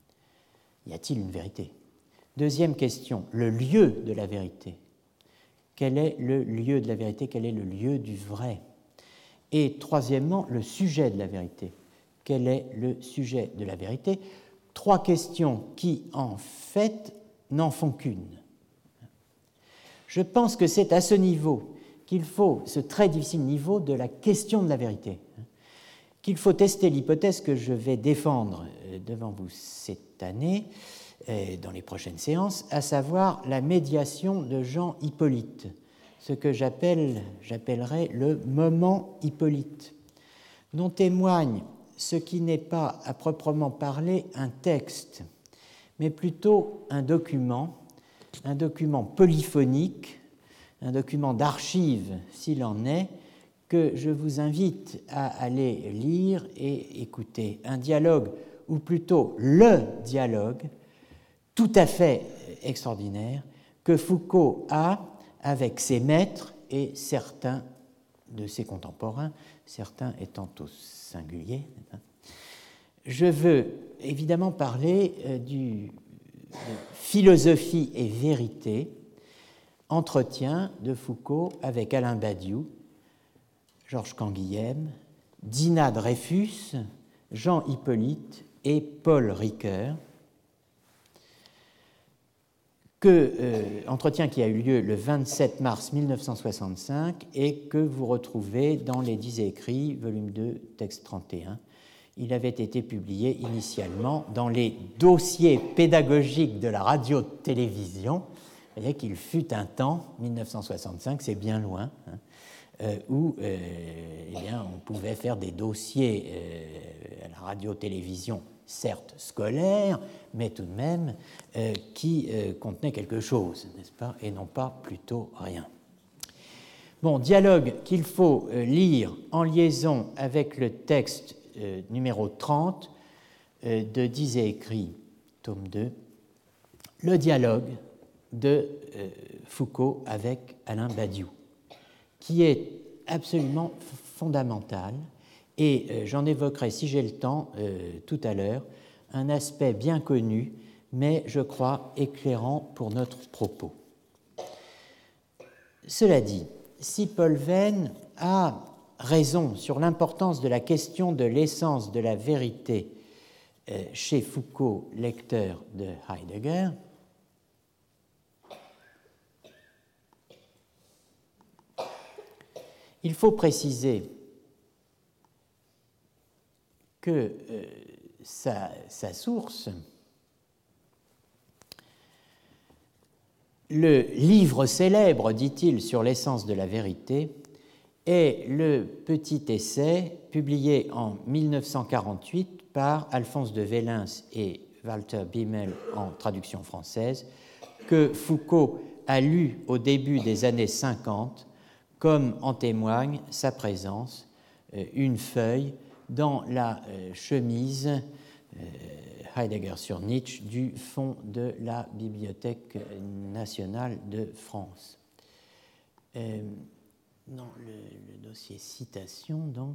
Y a-t-il une vérité ? Deuxième question, le lieu de la vérité. quel est le lieu de la vérité, quel est le lieu du vrai. Et troisièmement, le sujet de la vérité. Quel est le sujet de la vérité? Trois questions qui, en fait, n'en font qu'une. Je pense que c'est à ce niveau qu'il faut, ce très difficile niveau de la question de la vérité, qu'il faut tester l'hypothèse que je vais défendre devant vous cette année, dans les prochaines séances, à savoir la médiation de Jean Hippolyte, ce que j'appelle, j'appellerais le moment Hippolyte, dont témoigne ce qui n'est pas à proprement parler un texte, mais plutôt un document, un document polyphonique, un document d'archives s'il en est, que je vous invite à aller lire et écouter. Un dialogue, ou plutôt le dialogue, tout à fait extraordinaire, que Foucault a avec ses maîtres et certains de ses contemporains, certains étant au singulier. Je veux évidemment parler du de Philosophie et vérité, entretien de Foucault avec Alain Badiou, Georges Canguilhem, Dinah Dreyfus, Jean Hippolyte et Paul Ricoeur, que, euh, entretien qui a eu lieu le vingt-sept mars mille neuf cent soixante-cinq et que vous retrouvez dans les dix écrits, volume deux, texte trente et un. Il avait été publié initialement dans les dossiers pédagogiques de la radio-télévision. Vous voyez qu'il fut un temps, mille neuf cent soixante-cinq, c'est bien loin, hein, euh, où euh, eh bien, on pouvait faire des dossiers euh, à la radio-télévision, certes scolaires, mais tout de même euh, qui euh, contenaient quelque chose, n'est-ce pas, et non pas plutôt rien. Bon, dialogue qu'il faut euh, lire en liaison avec le texte euh, numéro trente euh, de Dix et écrits, tome deux, le dialogue de euh, Foucault avec Alain Badiou, qui est absolument fondamental, et euh, j'en évoquerai, si j'ai le temps, euh, tout à l'heure, un aspect bien connu, mais je crois éclairant pour notre propos. Cela dit, si Paul Venn a raison sur l'importance de la question de l'essence de la vérité euh, chez Foucault, lecteur de Heidegger, il faut préciser que euh, sa, sa source, le livre célèbre, dit-il, sur l'essence de la vérité, est le petit essai publié en mille neuf cent quarante-huit par Alphonse de Vélins et Walter Biemel en traduction française, que Foucault a lu au début des années cinquante, comme en témoigne sa présence, euh, une feuille dans la euh, chemise euh, Heidegger sur Nietzsche du fond de la Bibliothèque nationale de France. Euh, non, le, le dossier citation, donc.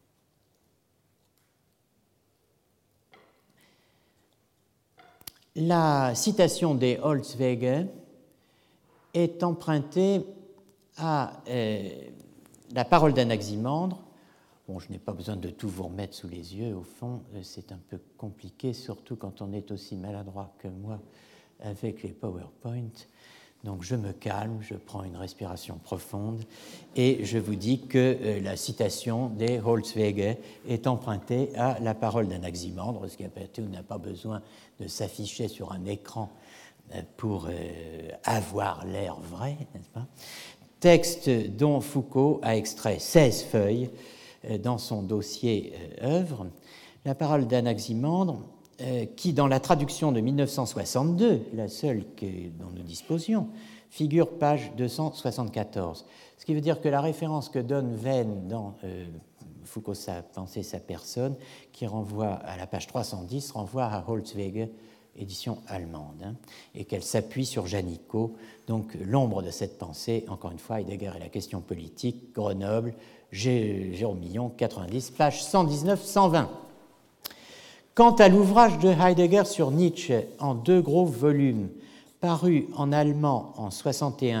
La citation des Holzwege est empruntée à euh, la parole d'Anaximandre. Bon, je n'ai pas besoin de tout vous remettre sous les yeux, au fond, c'est un peu compliqué, surtout quand on est aussi maladroit que moi avec les PowerPoint. Donc je me calme, je prends une respiration profonde et je vous dis que euh, la citation des Holzwege est empruntée à la parole d'Anaximandre, ce qui après tout n'a pas besoin de s'afficher sur un écran euh, pour euh, avoir l'air vrai, n'est-ce pas ? Texte dont Foucault a extrait seize feuilles dans son dossier euh, œuvre, la parole d'Anaximandre, euh, qui, dans la traduction de mille neuf cent soixante-deux, la seule que, dont nous disposions, figure page deux cent soixante-quatorze. Ce qui veut dire que la référence que donne Venn dans euh, Foucault, sa pensée, sa personne, qui renvoie à la page trois cent dix, renvoie à Holzwege, édition allemande, hein, et qu'elle s'appuie sur Janicot. Donc l'ombre de cette pensée, encore une fois, Heidegger et la question politique, Grenoble, Jérôme Millon, quatre-vingt-dix, page cent dix-neuf cent vingt. Quant à l'ouvrage de Heidegger sur Nietzsche, en deux gros volumes, paru en allemand en soixante et un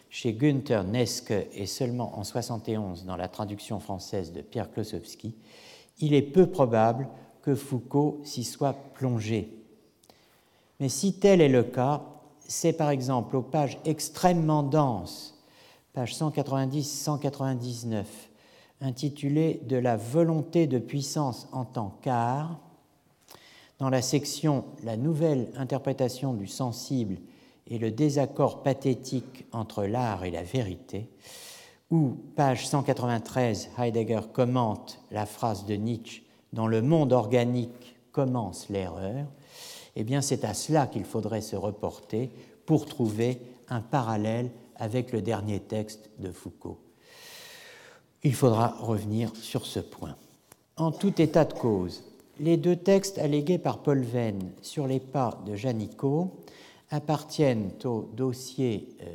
chez Günther Neske et seulement en soixante et onze dans la traduction française de Pierre Klossowski, il est peu probable que Foucault s'y soit plongé. Mais si tel est le cas, c'est par exemple aux pages extrêmement denses, pages cent quatre-vingt-dix à cent quatre-vingt-dix-neuf, intitulées « De la volonté de puissance en tant qu'art », dans la section « La nouvelle interprétation du sensible et le désaccord pathétique entre l'art et la vérité », où, page cent quatre-vingt-treize, Heidegger commente la phrase de Nietzsche « Dans le monde organique commence l'erreur », eh bien c'est à cela qu'il faudrait se reporter pour trouver un parallèle avec le dernier texte de Foucault. Il faudra revenir sur ce point. En tout état de cause, les deux textes allégués par Paul Venn sur les pas de Janicot appartiennent au dossier euh,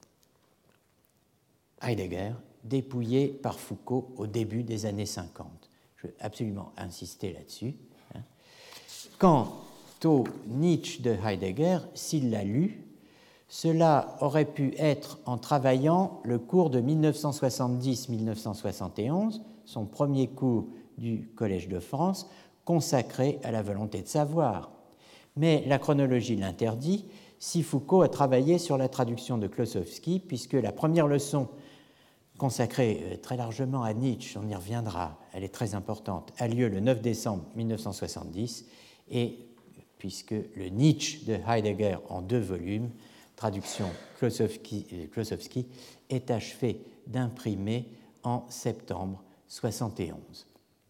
Heidegger dépouillé par Foucault au début des années cinquante. Je veux absolument insister là-dessus. Hein. Quant au Nietzsche de Heidegger, s'il l'a lu, cela aurait pu être en travaillant le cours de mille neuf cent soixante-dix à mille neuf cent soixante et onze, son premier cours du Collège de France, consacré à la volonté de savoir. Mais la chronologie l'interdit si Foucault a travaillé sur la traduction de Klossowski, puisque la première leçon consacrée très largement à Nietzsche, on y reviendra, elle est très importante, a lieu le neuf décembre mille neuf cent soixante-dix, et puisque le Nietzsche de Heidegger en deux volumes, traduction Klossowski, Klossowski, est achevé d'imprimer en septembre soixante et onze.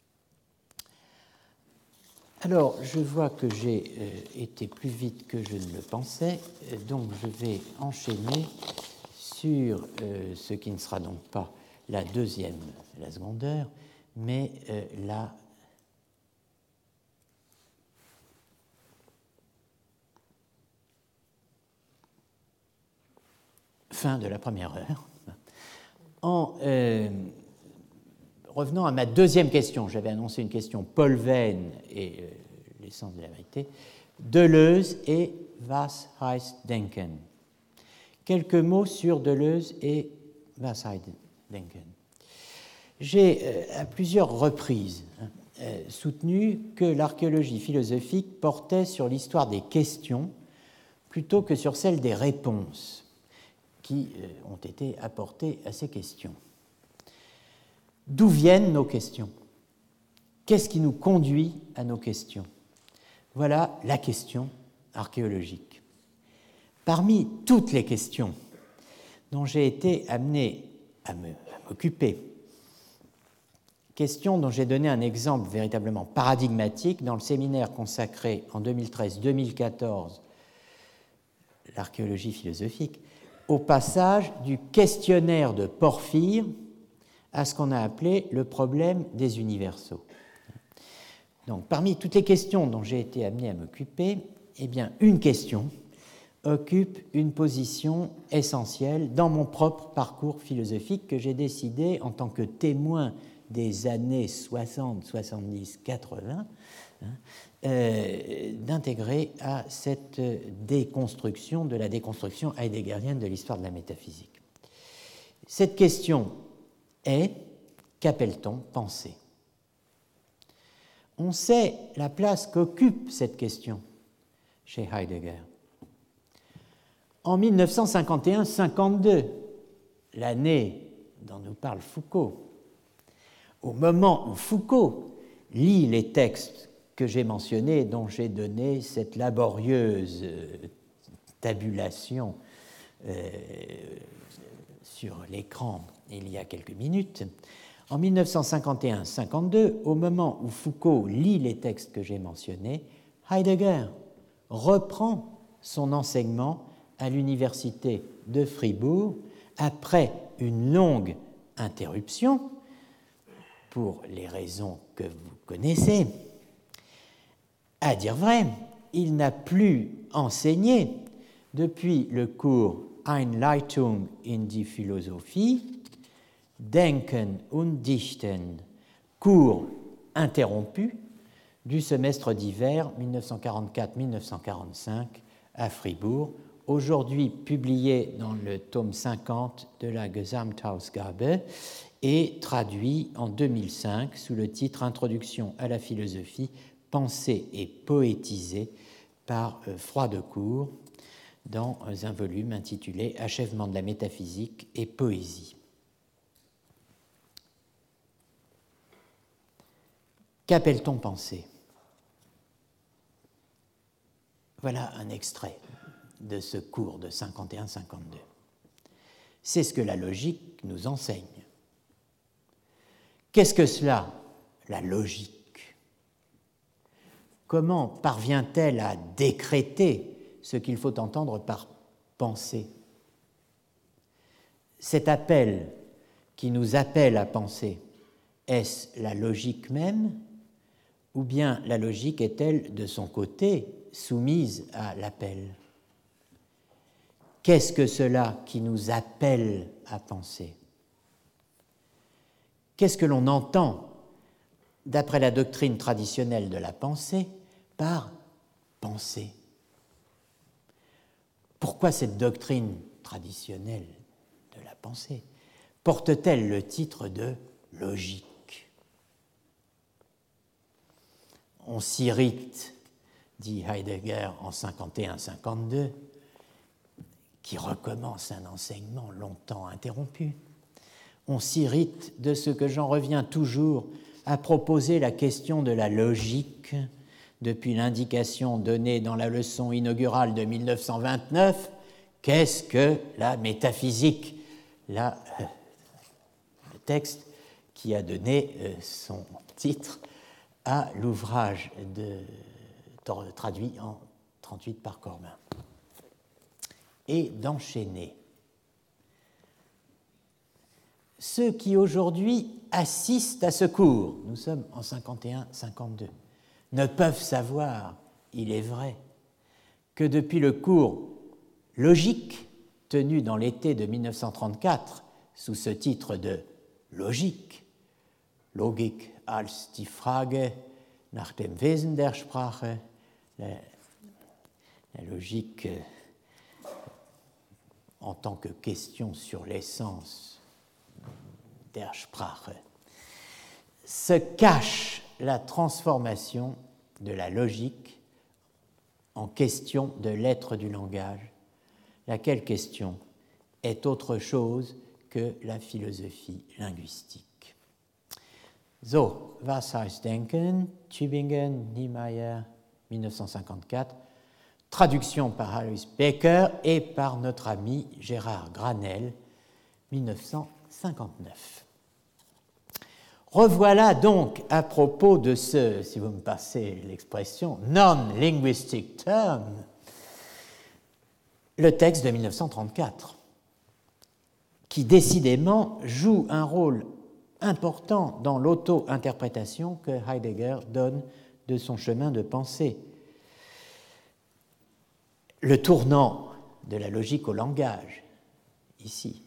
Alors, je vois que j'ai euh, été plus vite que je ne le pensais, donc je vais enchaîner sur euh, ce qui ne sera donc pas la deuxième, la seconde heure, mais euh, la fin de la première heure. En euh, revenant à ma deuxième question, j'avais annoncé une question Paul Venn et euh, l'essence de la vérité, Deleuze et Was heißt denken. Quelques mots sur Deleuze et Was heißt denken. J'ai euh, à plusieurs reprises hein, euh, soutenu que l'archéologie philosophique portait sur l'histoire des questions plutôt que sur celle des réponses qui euh, ont été apportées à ces questions. D'où viennent nos questions? Qu'est-ce qui nous conduit à nos questions? Voilà la question archéologique. Parmi toutes les questions dont j'ai été amené à me, à m'occuper, questions dont j'ai donné un exemple véritablement paradigmatique dans le séminaire consacré en deux mille treize deux mille quatorze, l'archéologie philosophique, au passage du questionnaire de Porphyre à ce qu'on a appelé le problème des universaux. Donc, parmi toutes les questions dont j'ai été amené à m'occuper, eh bien, une question occupe une position essentielle dans mon propre parcours philosophique que j'ai décidé, en tant que témoin des années soixante, soixante-dix, quatre-vingts, hein, euh, d'intégrer à cette déconstruction de la déconstruction heideggerienne de l'histoire de la métaphysique. Cette question est, qu'appelle-t-on pensée? On sait la place qu'occupe cette question chez Heidegger. En mille neuf cent cinquante et un cinquante-deux, l'année dont nous parle Foucault, au moment où Foucault lit les textes que j'ai mentionnés, dont j'ai donné cette laborieuse tabulation euh, sur l'écran il y a quelques minutes, en mille neuf cent cinquante et un cinquante-deux, au moment où Foucault lit les textes que j'ai mentionnés, Heidegger reprend son enseignement à l'université de Fribourg après une longue interruption, pour les raisons que vous connaissez. À dire vrai, il n'a plus enseigné depuis le cours Einleitung in die Philosophie, Denken und Dichten, cours interrompu du semestre d'hiver mille neuf cent quarante-quatre mille neuf cent quarante-cinq à Fribourg, aujourd'hui publié dans le tome cinquante de la Gesamtausgabe et traduit en deux mille cinq sous le titre Introduction à la philosophie, pensée et poétisée par Froidecourt dans un volume intitulé Achèvement de la métaphysique et poésie. Qu'appelle-t-on pensée ? Voilà un extrait de ce cours de cinquante et un cinquante-deux. C'est ce que la logique nous enseigne. Qu'est-ce que cela, la logique ? Comment parvient-elle à décréter ce qu'il faut entendre par pensée ? Cet appel qui nous appelle à penser, est-ce la logique même ? Ou bien la logique est-elle, de son côté, soumise à l'appel ? Qu'est-ce que cela qui nous appelle à penser ? Qu'est-ce que l'on entend, d'après la doctrine traditionnelle de la pensée, par pensée ? Pourquoi cette doctrine traditionnelle de la pensée porte-t-elle le titre de logique ? On s'irrite, dit Heidegger en cinquante et un cinquante-deux, qui recommence un enseignement longtemps interrompu. On s'irrite de ce que j'en reviens toujours à proposer la question de la logique depuis l'indication donnée dans la leçon inaugurale de mille neuf cent vingt-neuf. Qu'est-ce que la métaphysique ? Là, euh, le texte qui a donné euh, son titre à l'ouvrage de, traduit en trente-huit par Corbin. Et d'enchaîner. Ceux qui aujourd'hui assistent à ce cours, nous sommes en cinquante et un cinquante-deux, ne peuvent savoir, il est vrai, que depuis le cours logique tenu dans l'été de mille neuf cent trente-quatre sous ce titre de logique, Logik als die Frage nach dem Wesen der Sprache, la, la logique en tant que question sur l'essence der Sprache, se cache la transformation de la logique en question de l'être du langage, laquelle question est autre chose que la philosophie linguistique. So, was heißt denken? Tübingen, Niemeyer, mille neuf cent cinquante-quatre. Traduction par Alois Becker et par notre ami Gérard Granel, mille neuf cent cinquante-neuf. Revoilà donc à propos de ce, si vous me passez l'expression, non-linguistic term, le texte de mille neuf cent trente-quatre, qui décidément joue un rôle important dans l'auto-interprétation que Heidegger donne de son chemin de pensée. Le tournant de la logique au langage, ici.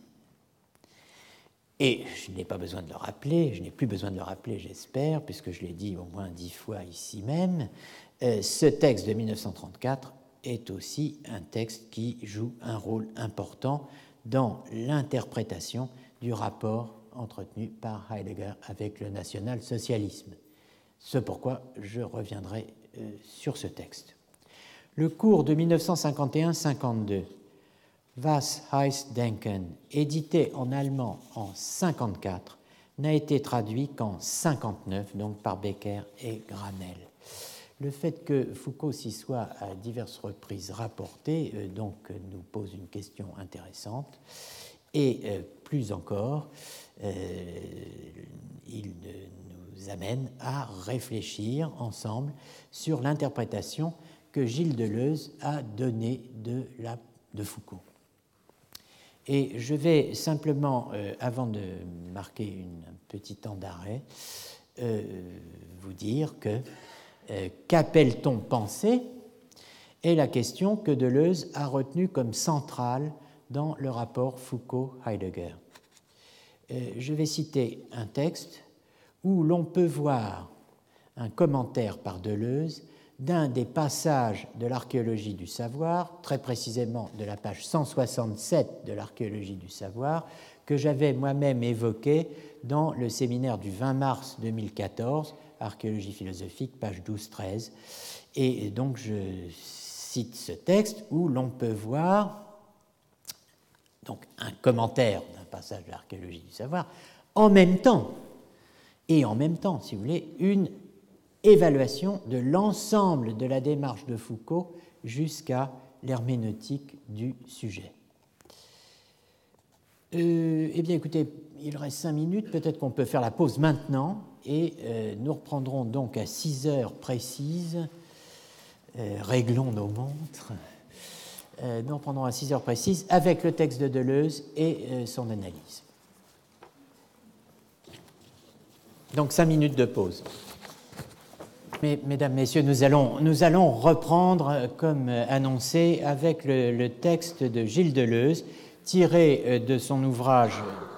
Et je n'ai pas besoin de le rappeler, je n'ai plus besoin de le rappeler, j'espère, puisque je l'ai dit au moins dix fois ici même, euh, ce texte de mille neuf cent trente-quatre est aussi un texte qui joue un rôle important dans l'interprétation du rapport entretenu par Heidegger avec le national-socialisme. Ce pourquoi je reviendrai euh, sur ce texte. Le cours de mille neuf cent cinquante et un cinquante-deux, Was heißt denken, édité en allemand en cinquante-quatre, n'a été traduit qu'en cinquante-neuf, donc par Becker et Granel. Le fait que Foucault s'y soit à diverses reprises rapporté euh, donc, nous pose une question intéressante. Et euh, plus encore, euh, il nous amène à réfléchir ensemble sur l'interprétation que Gilles Deleuze a donnée de, la, de Foucault. Et je vais simplement, euh, avant de marquer une, un petit temps d'arrêt, euh, vous dire que euh, qu'appelle-t-on pensée est la question que Deleuze a retenue comme centrale dans le rapport Foucault-Heidegger. Euh, je vais citer un texte où l'on peut voir un commentaire par Deleuze d'un des passages de l'archéologie du savoir, très précisément de la page cent soixante-sept de l'archéologie du savoir, que j'avais moi-même évoqué dans le séminaire du vingt mars deux mille quatorze, Archéologie philosophique, page douze treize. Et donc je cite ce texte où l'on peut voir donc, un commentaire d'un passage de l'archéologie du savoir, en même temps, et en même temps, si vous voulez, une évaluation de l'ensemble de la démarche de Foucault jusqu'à l'herméneutique du sujet. Euh, eh bien, écoutez, il reste cinq minutes, peut-être qu'on peut faire la pause maintenant, et euh, nous reprendrons donc à six heures précises, euh, réglons nos montres, euh, nous reprendrons à six heures précises avec le texte de Deleuze et euh, son analyse. Donc cinq minutes de pause. Mais, mesdames, messieurs, nous allons, nous allons reprendre, comme annoncé, avec le, le texte de Gilles Deleuze, tiré de son ouvrage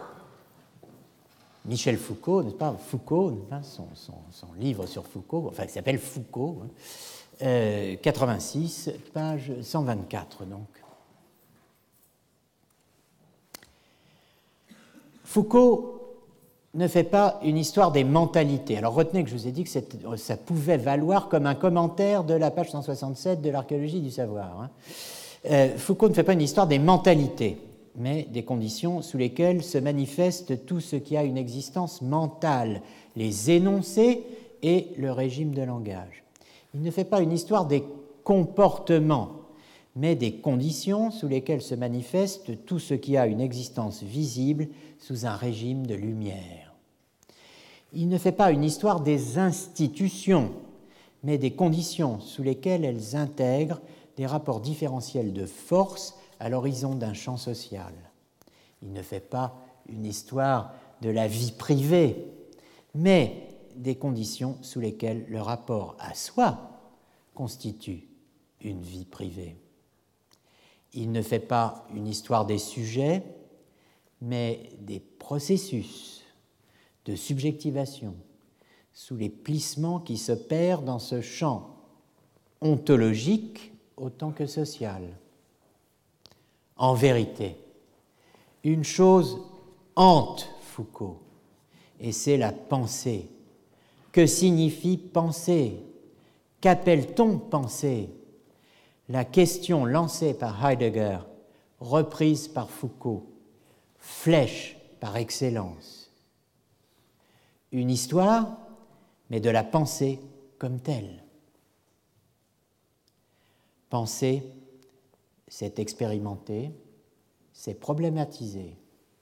Michel Foucault, n'est-ce pas, Foucault, n'est-ce pas, son, son, son livre sur Foucault, enfin, qui s'appelle Foucault, hein, euh, quatre-vingt-six, page cent vingt-quatre, donc. Foucault ne fait pas une histoire des mentalités. Alors retenez que je vous ai dit que ça pouvait valoir comme un commentaire de la page cent soixante-sept de l'archéologie du savoir. Hein. Euh, Foucault ne fait pas une histoire des mentalités, mais des conditions sous lesquelles se manifeste tout ce qui a une existence mentale, les énoncés et le régime de langage. Il ne fait pas une histoire des comportements, mais des conditions sous lesquelles se manifeste tout ce qui a une existence visible sous un régime de lumière. Il ne fait pas une histoire des institutions, mais des conditions sous lesquelles elles intègrent des rapports différentiels de force à l'horizon d'un champ social. Il ne fait pas une histoire de la vie privée, mais des conditions sous lesquelles le rapport à soi constitue une vie privée. Il ne fait pas une histoire des sujets, mais des processus de subjectivation sous les plissements qui s'opèrent dans ce champ ontologique autant que social. En vérité, une chose hante Foucault, et c'est la pensée. Que signifie penser? Qu'appelle-t-on penser? La question lancée par Heidegger, reprise par Foucault, flèche par excellence. Une histoire, mais de la pensée comme telle. Penser, c'est expérimenter, c'est problématiser.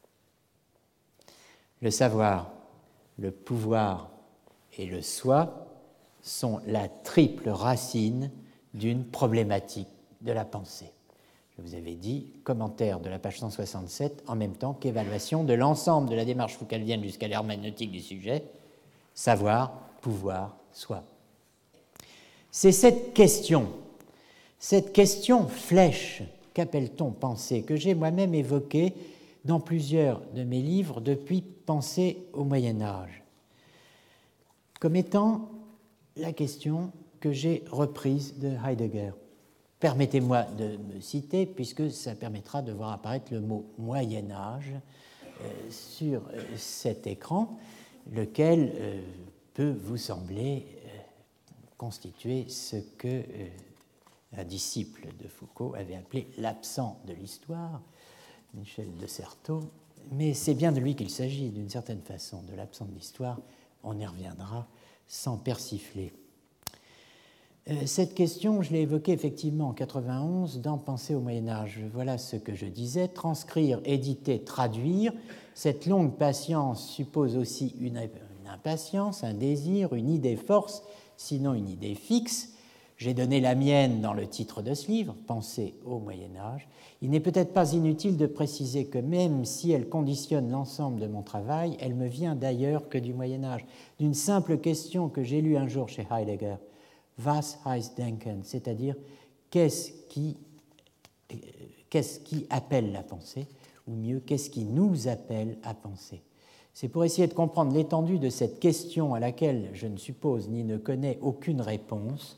Le savoir, le pouvoir et le soi sont la triple racine d'une problématique de la pensée. Je vous avais dit, commentaire de la page cent soixante-sept, en même temps qu'évaluation de l'ensemble de la démarche foucaldienne jusqu'à l'herméneutique du sujet, savoir, pouvoir, soi. C'est cette question, cette question flèche, qu'appelle-t-on penser, que j'ai moi-même évoquée dans plusieurs de mes livres depuis Penser au Moyen-Âge, comme étant la question que j'ai reprise de Heidegger. Permettez-moi de me citer, puisque ça permettra de voir apparaître le mot « Moyen-Âge » euh, sur euh, cet écran, lequel euh, peut vous sembler euh, constituer ce que euh, un disciple de Foucault avait appelé « l'absent de l'histoire », Michel de Certeau, mais c'est bien de lui qu'il s'agit, d'une certaine façon, de l'absent de l'histoire. On y reviendra sans persifler. Cette question, je l'ai évoquée effectivement en quatre-vingt-onze dans Penser au Moyen-Âge. Voilà ce que je disais. Transcrire, éditer, traduire, cette longue patience suppose aussi une, une impatience, un désir, une idée force, sinon une idée fixe. J'ai donné la mienne dans le titre de ce livre, Penser au Moyen-Âge. Il n'est peut-être pas inutile de préciser que même si elle conditionne l'ensemble de mon travail, elle me vient d'ailleurs que du Moyen-Âge, d'une simple question que j'ai lue un jour chez Heidegger. Was heißt denken, c'est-à-dire qu'est-ce qui, qu'est-ce qui appelle la pensée, ou mieux, qu'est-ce qui nous appelle à penser. C'est pour essayer de comprendre l'étendue de cette question à laquelle je ne suppose ni ne connais aucune réponse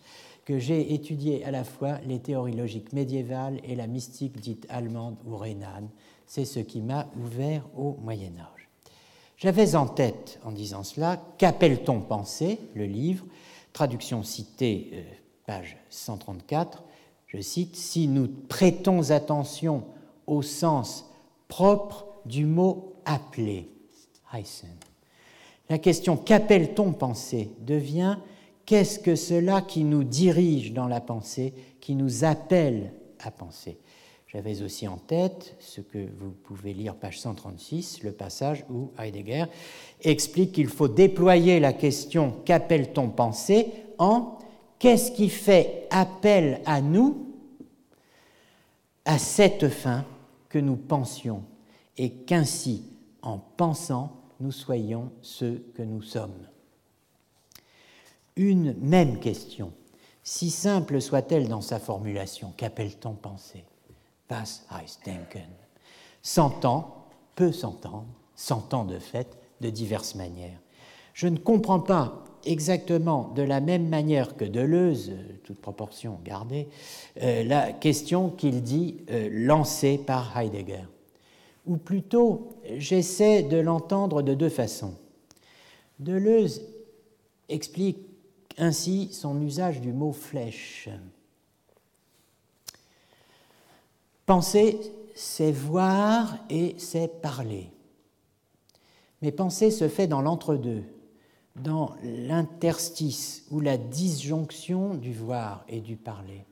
que j'ai étudié à la fois les théories logiques médiévales et la mystique dite allemande ou rhénane. C'est ce qui m'a ouvert au Moyen-Âge. J'avais en tête, en disant cela, Qu'appelle-t-on pensée, le livre, traduction citée, euh, page cent trente-quatre, je cite, « Si nous prêtons attention au sens propre du mot « appeler », heißen. La question « Qu'appelle-t-on pensée » devient « Qu'est-ce que cela qui nous dirige dans la pensée, qui nous appelle à penser ?» J'avais aussi en tête ce que vous pouvez lire, page cent trente-six, le passage où Heidegger explique qu'il faut déployer la question « Qu'appelle-t-on penser ?» en « Qu'est-ce qui fait appel à nous à cette fin que nous pensions et qu'ainsi, en pensant, nous soyons ceux que nous sommes ?» Une même question, si simple soit-elle dans sa formulation, qu'appelle-t-on penser ? Was heißt denken ? S'entend, peut s'entendre, s'entend de fait de diverses manières. Je ne comprends pas exactement de la même manière que Deleuze, toute proportion gardée, euh, la question qu'il dit euh, lancée par Heidegger. Ou plutôt, j'essaie de l'entendre de deux façons. Deleuze explique ainsi son usage du mot flèche. Penser, c'est voir et c'est parler. Mais penser se fait dans l'entre-deux, dans l'interstice ou la disjonction du voir et du parler.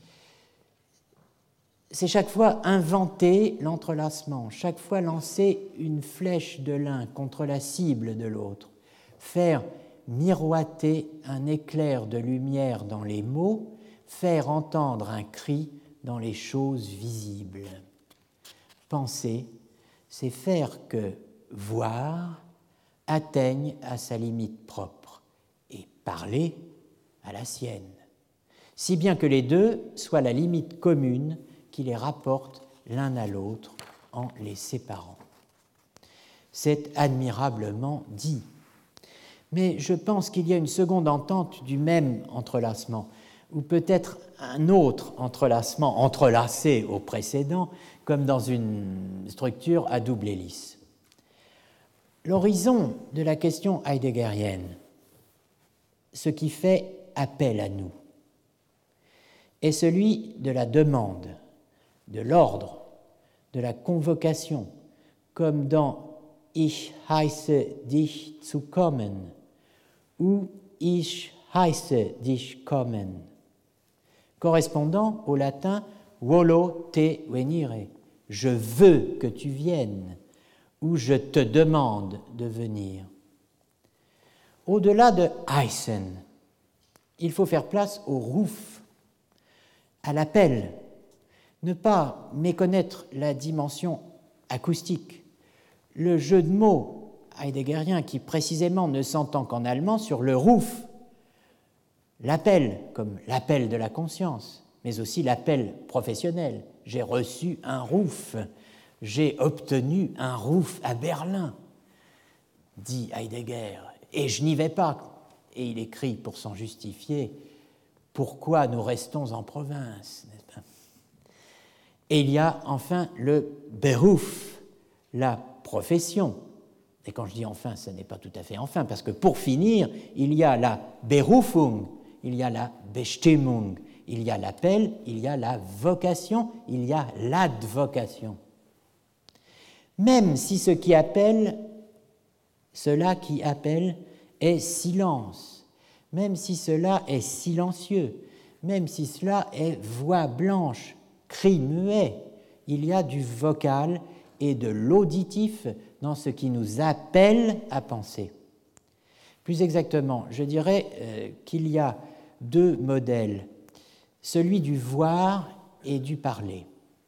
C'est chaque fois inventer l'entrelacement, chaque fois lancer une flèche de l'un contre la cible de l'autre, faire miroiter un éclair de lumière dans les mots, faire entendre un cri dans les choses visibles. Penser, c'est faire que voir atteigne à sa limite propre et parler à la sienne, si bien que les deux soient la limite commune qui les rapporte l'un à l'autre en les séparant. C'est admirablement dit. Mais je pense qu'il y a une seconde entente du même entrelacement, ou peut-être un autre entrelacement entrelacé au précédent, comme dans une structure à double hélice. L'horizon de la question heideggerienne, ce qui fait appel à nous, est celui de la demande, de l'ordre, de la convocation, comme dans « Ich heiße dich zu kommen » ou « Ich heiße dich kommen », correspondant au latin « volo te venire », « je veux que tu viennes » ou « je te demande de venir ». Au-delà de « heißen », il faut faire place au « ruf », à l'appel, ne pas méconnaître la dimension acoustique, le jeu de mots heideggerien qui précisément ne s'entend qu'en allemand sur le ruf, l'appel comme l'appel de la conscience, mais aussi l'appel professionnel. J'ai reçu un ruf, j'ai obtenu un ruf à Berlin, dit Heidegger, et je n'y vais pas. Et il écrit pour s'en justifier, pourquoi nous restons en province, n'est-ce pas ? Et il y a enfin le Beruf, la profession. Et quand je dis enfin, ce n'est pas tout à fait enfin, parce que pour finir, il y a la Berufung, il y a la Bestimmung, il y a l'appel, il y a la vocation, il y a l'advocation. Même si ce qui appelle, cela qui appelle est silence, même si cela est silencieux, même si cela est voix blanche, cri muet, il y a du vocal et de l'auditif dans ce qui nous appelle à penser. Plus exactement, je dirais euh, qu'il y a deux modèles, celui du voir et du parler,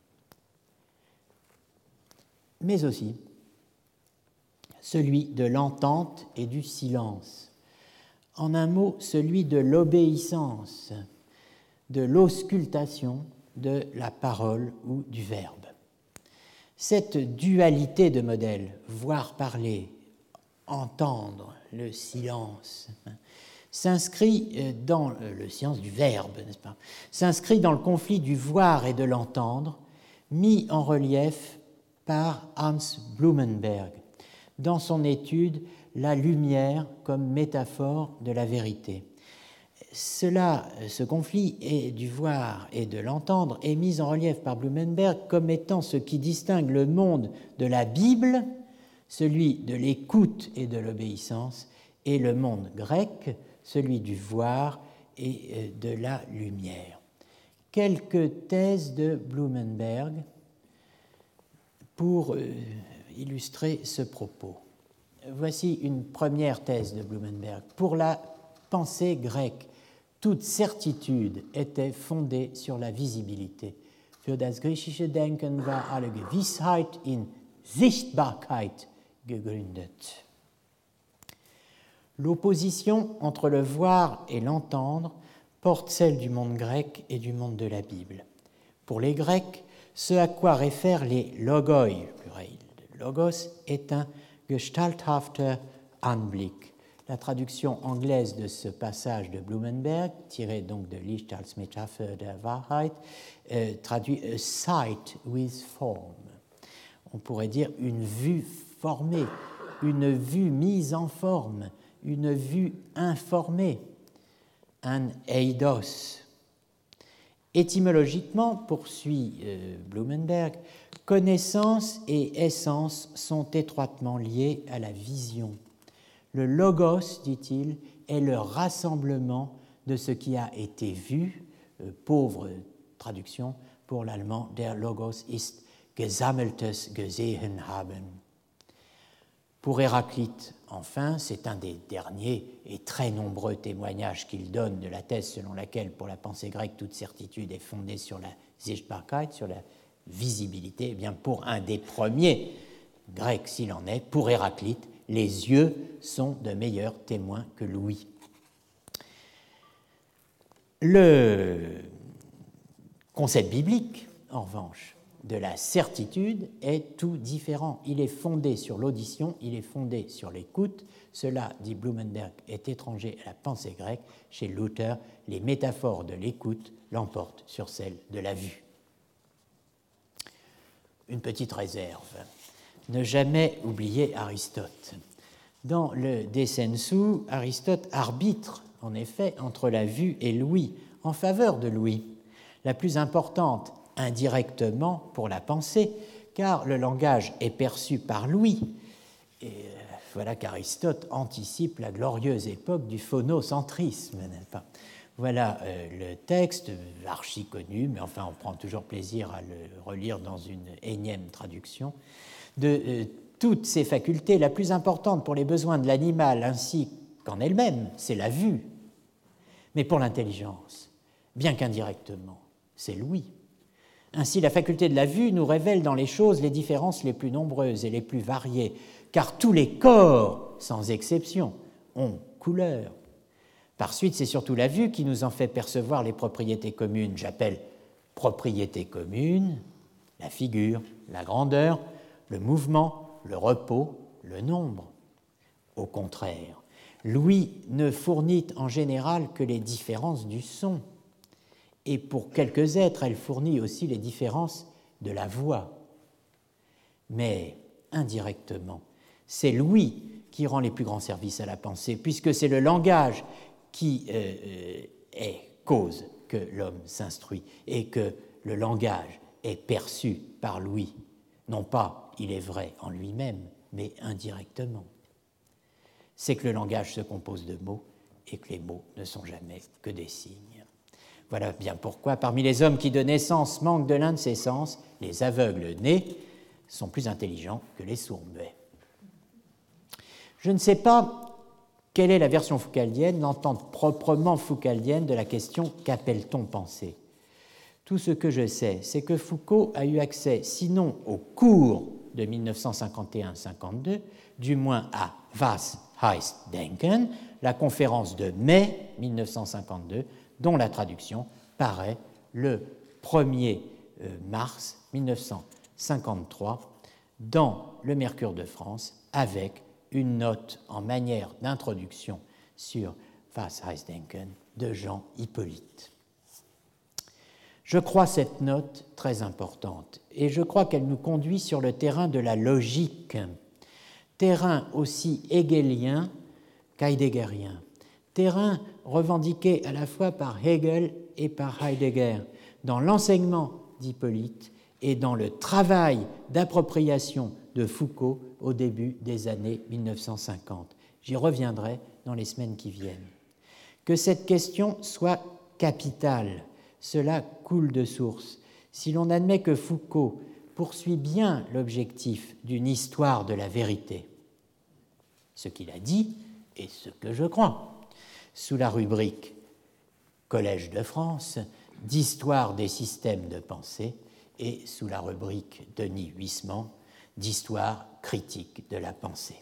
mais aussi celui de l'entente et du silence. En un mot, celui de l'obéissance, de l'auscultation, de la parole ou du verbe. Cette dualité de modèles, voir, parler, entendre, le silence, s'inscrit dans le science du verbe, n'est-ce pas, s'inscrit dans le conflit du voir et de l'entendre, mis en relief par Hans Blumenberg dans son étude La lumière comme métaphore de la vérité. Cela, ce conflit est du voir et de l'entendre est mis en relief par Blumenberg comme étant ce qui distingue le monde de la Bible, celui de l'écoute et de l'obéissance, et le monde grec, celui du voir et de la lumière. Quelques thèses de Blumenberg pour illustrer ce propos. Voici une première thèse de Blumenberg. Pour la pensée grecque, toute certitude était fondée sur la visibilité. Für das griechische Denken war alle Gewissheit in Sichtbarkeit gegründet. L'opposition entre le voir et l'entendre porte celle du monde grec et du monde de la Bible. Pour les Grecs, ce à quoi réfèrent les logoi, pluriel de logos, est un gestalthafter Anblick. La traduction anglaise de ce passage de Blumenberg, tiré donc de Licht als Metapher der Wahrheit, euh, traduit a sight with form. On pourrait dire une vue formée, une vue mise en forme, une vue informée, un eidos. Étymologiquement, poursuit euh, Blumenberg, connaissance et essence sont étroitement liées à la vision. Le logos, dit-il, est le rassemblement de ce qui a été vu, euh, pauvre traduction pour l'allemand, der Logos ist gesammeltes gesehen haben. Pour Héraclite, enfin, c'est un des derniers et très nombreux témoignages qu'il donne de la thèse selon laquelle, pour la pensée grecque, toute certitude est fondée sur la Sichtbarkeit, sur la visibilité. Eh bien, pour un des premiers grecs, s'il en est, pour Héraclite, les yeux sont de meilleurs témoins que l'ouïe. Le concept biblique, en revanche, de la certitude est tout différent. Il est fondé sur l'audition, il est fondé sur l'écoute. Cela, dit Blumenberg, est étranger à la pensée grecque. Chez Luther, les métaphores de l'écoute l'emportent sur celles de la vue. Une petite réserve. Ne jamais oublier Aristote. Dans le De Sensu, Aristote arbitre, en effet, entre la vue et l'ouïe, en faveur de l'ouïe, la plus importante indirectement pour la pensée, car le langage est perçu par l'ouïe. Et voilà qu'Aristote anticipe la glorieuse époque du phonocentrisme, n'est-ce pas ? Voilà euh, le texte, archi connu, mais enfin on prend toujours plaisir à le relire dans une énième traduction. De euh, toutes ces facultés, la plus importante pour les besoins de l'animal ainsi qu'en elle-même, c'est la vue. Mais pour l'intelligence, bien qu'indirectement, c'est l'ouïe. Ainsi, la faculté de la vue nous révèle dans les choses les différences les plus nombreuses et les plus variées, car tous les corps, sans exception, ont couleur. Par suite, c'est surtout la vue qui nous en fait percevoir les propriétés communes. J'appelle propriétés communes la figure, la grandeur, le mouvement, le repos, le nombre. Au contraire, l'ouïe ne fournit en général que les différences du son. Et pour quelques êtres, elle fournit aussi les différences de la voix. Mais indirectement, c'est l'ouïe qui rend les plus grands services à la pensée, puisque c'est le langage qui euh, est cause que l'homme s'instruit et que le langage est perçu par l'ouïe. Non pas, il est vrai, en lui-même, mais indirectement. C'est que le langage se compose de mots et que les mots ne sont jamais que des signes. Voilà bien pourquoi, parmi les hommes qui de naissance manquent de l'un de ces sens, les aveugles nés sont plus intelligents que les sourds-muets. Je ne sais pas quelle est la version foucaldienne, l'entente proprement foucaldienne de la question « qu'appelle-t-on penser ?» Tout ce que je sais, c'est que Foucault a eu accès, sinon au cours de mille neuf cent cinquante et un cinquante-deux, du moins à Was heißt denken, la conférence de mai mille neuf cent cinquante-deux, dont la traduction paraît le premier mars mille neuf cent cinquante-trois dans le Mercure de France avec une note en manière d'introduction sur Was heißt denken de Jean Hippolyte. Je crois cette note très importante et je crois qu'elle nous conduit sur le terrain de la logique, terrain aussi hegelien qu'heideggerien, terrain revendiqué à la fois par Hegel et par Heidegger dans l'enseignement d'Hippolyte et dans le travail d'appropriation de Foucault au début des années mille neuf cent cinquante. J'y reviendrai dans les semaines qui viennent. Que cette question soit capitale, cela coule de source. Si l'on admet que Foucault poursuit bien l'objectif d'une histoire de la vérité, ce qu'il a dit et ce que je crois, sous la rubrique Collège de France, d'histoire des systèmes de pensée et sous la rubrique Denis Huysmans, d'histoire critique de la pensée.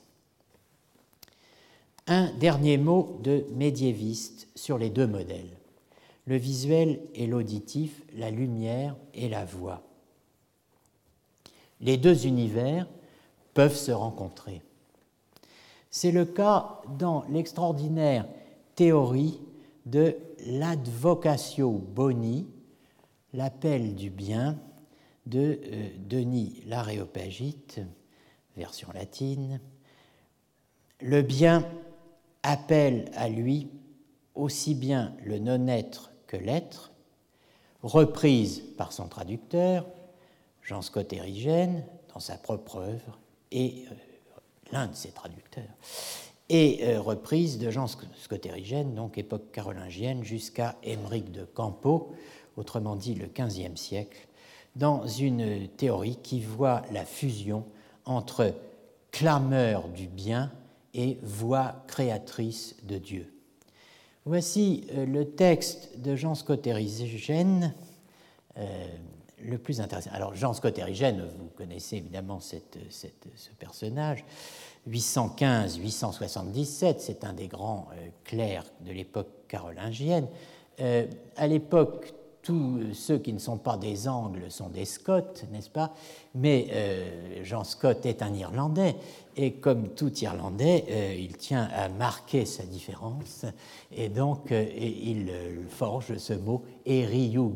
Un dernier mot de médiéviste sur les deux modèles, le visuel et l'auditif, la lumière et la voix. Les deux univers peuvent se rencontrer. C'est le cas dans l'extraordinaire théorie de l'advocatio boni, l'appel du bien, de euh, Denis l'Aréopagite, version latine. Le bien appelle à lui aussi bien le non-être que l'être, reprise par son traducteur, Jean Scott Erigen, dans sa propre œuvre, et euh, l'un de ses traducteurs, et euh, reprise de Jean Scott Erigen, donc époque carolingienne, jusqu'à Émeric de Campo, autrement dit le quinzième siècle, dans une théorie qui voit la fusion entre clameur du bien et voix créatrice de Dieu. Voici le texte de Jean Scott Erigen, euh, le plus intéressant. Alors, Jean Scott Erigen, vous connaissez évidemment cette, cette, ce personnage, huit cent quinze à huit cent soixante-dix-sept, c'est un des grands euh, clercs de l'époque carolingienne. Euh, à l'époque, tous ceux qui ne sont pas des Angles sont des Scots, n'est-ce pas? Mais euh, Jean Scott est un Irlandais, et comme tout Irlandais, euh, il tient à marquer sa différence, et donc euh, et il euh, forge ce mot « Eriugena »,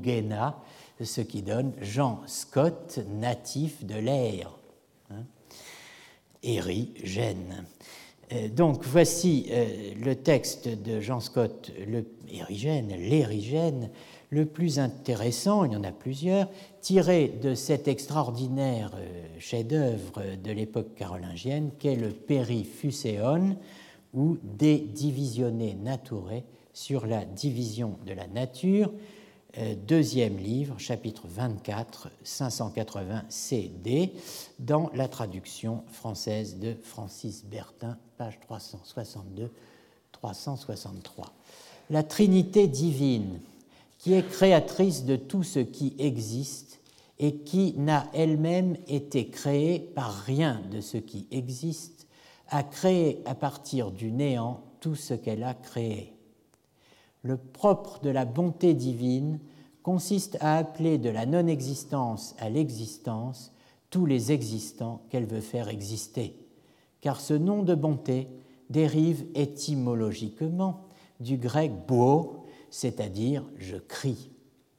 ce qui donne Jean Scott, natif de l'air. Hein? Érigène. Euh, donc voici euh, le texte de Jean Scott, le Érigène, l'Érigène, le plus intéressant, il y en a plusieurs, tiré de cet extraordinaire euh, chef-d'œuvre de l'époque carolingienne qu'est le Perifuseon, ou De Divisione Naturae, sur la division de la nature, euh, deuxième livre, chapitre vingt-quatre, cinq cent quatre-vingts C D, dans la traduction française de Francis Bertin, page trois cent soixante-deux à trois cent soixante-trois. La Trinité divine, qui est créatrice de tout ce qui existe et qui n'a elle-même été créée par rien de ce qui existe, a créé à partir du néant tout ce qu'elle a créé. Le propre de la bonté divine consiste à appeler de la non-existence à l'existence tous les existants qu'elle veut faire exister, car ce nom de bonté dérive étymologiquement du grec « bo », c'est-à-dire « je crie ».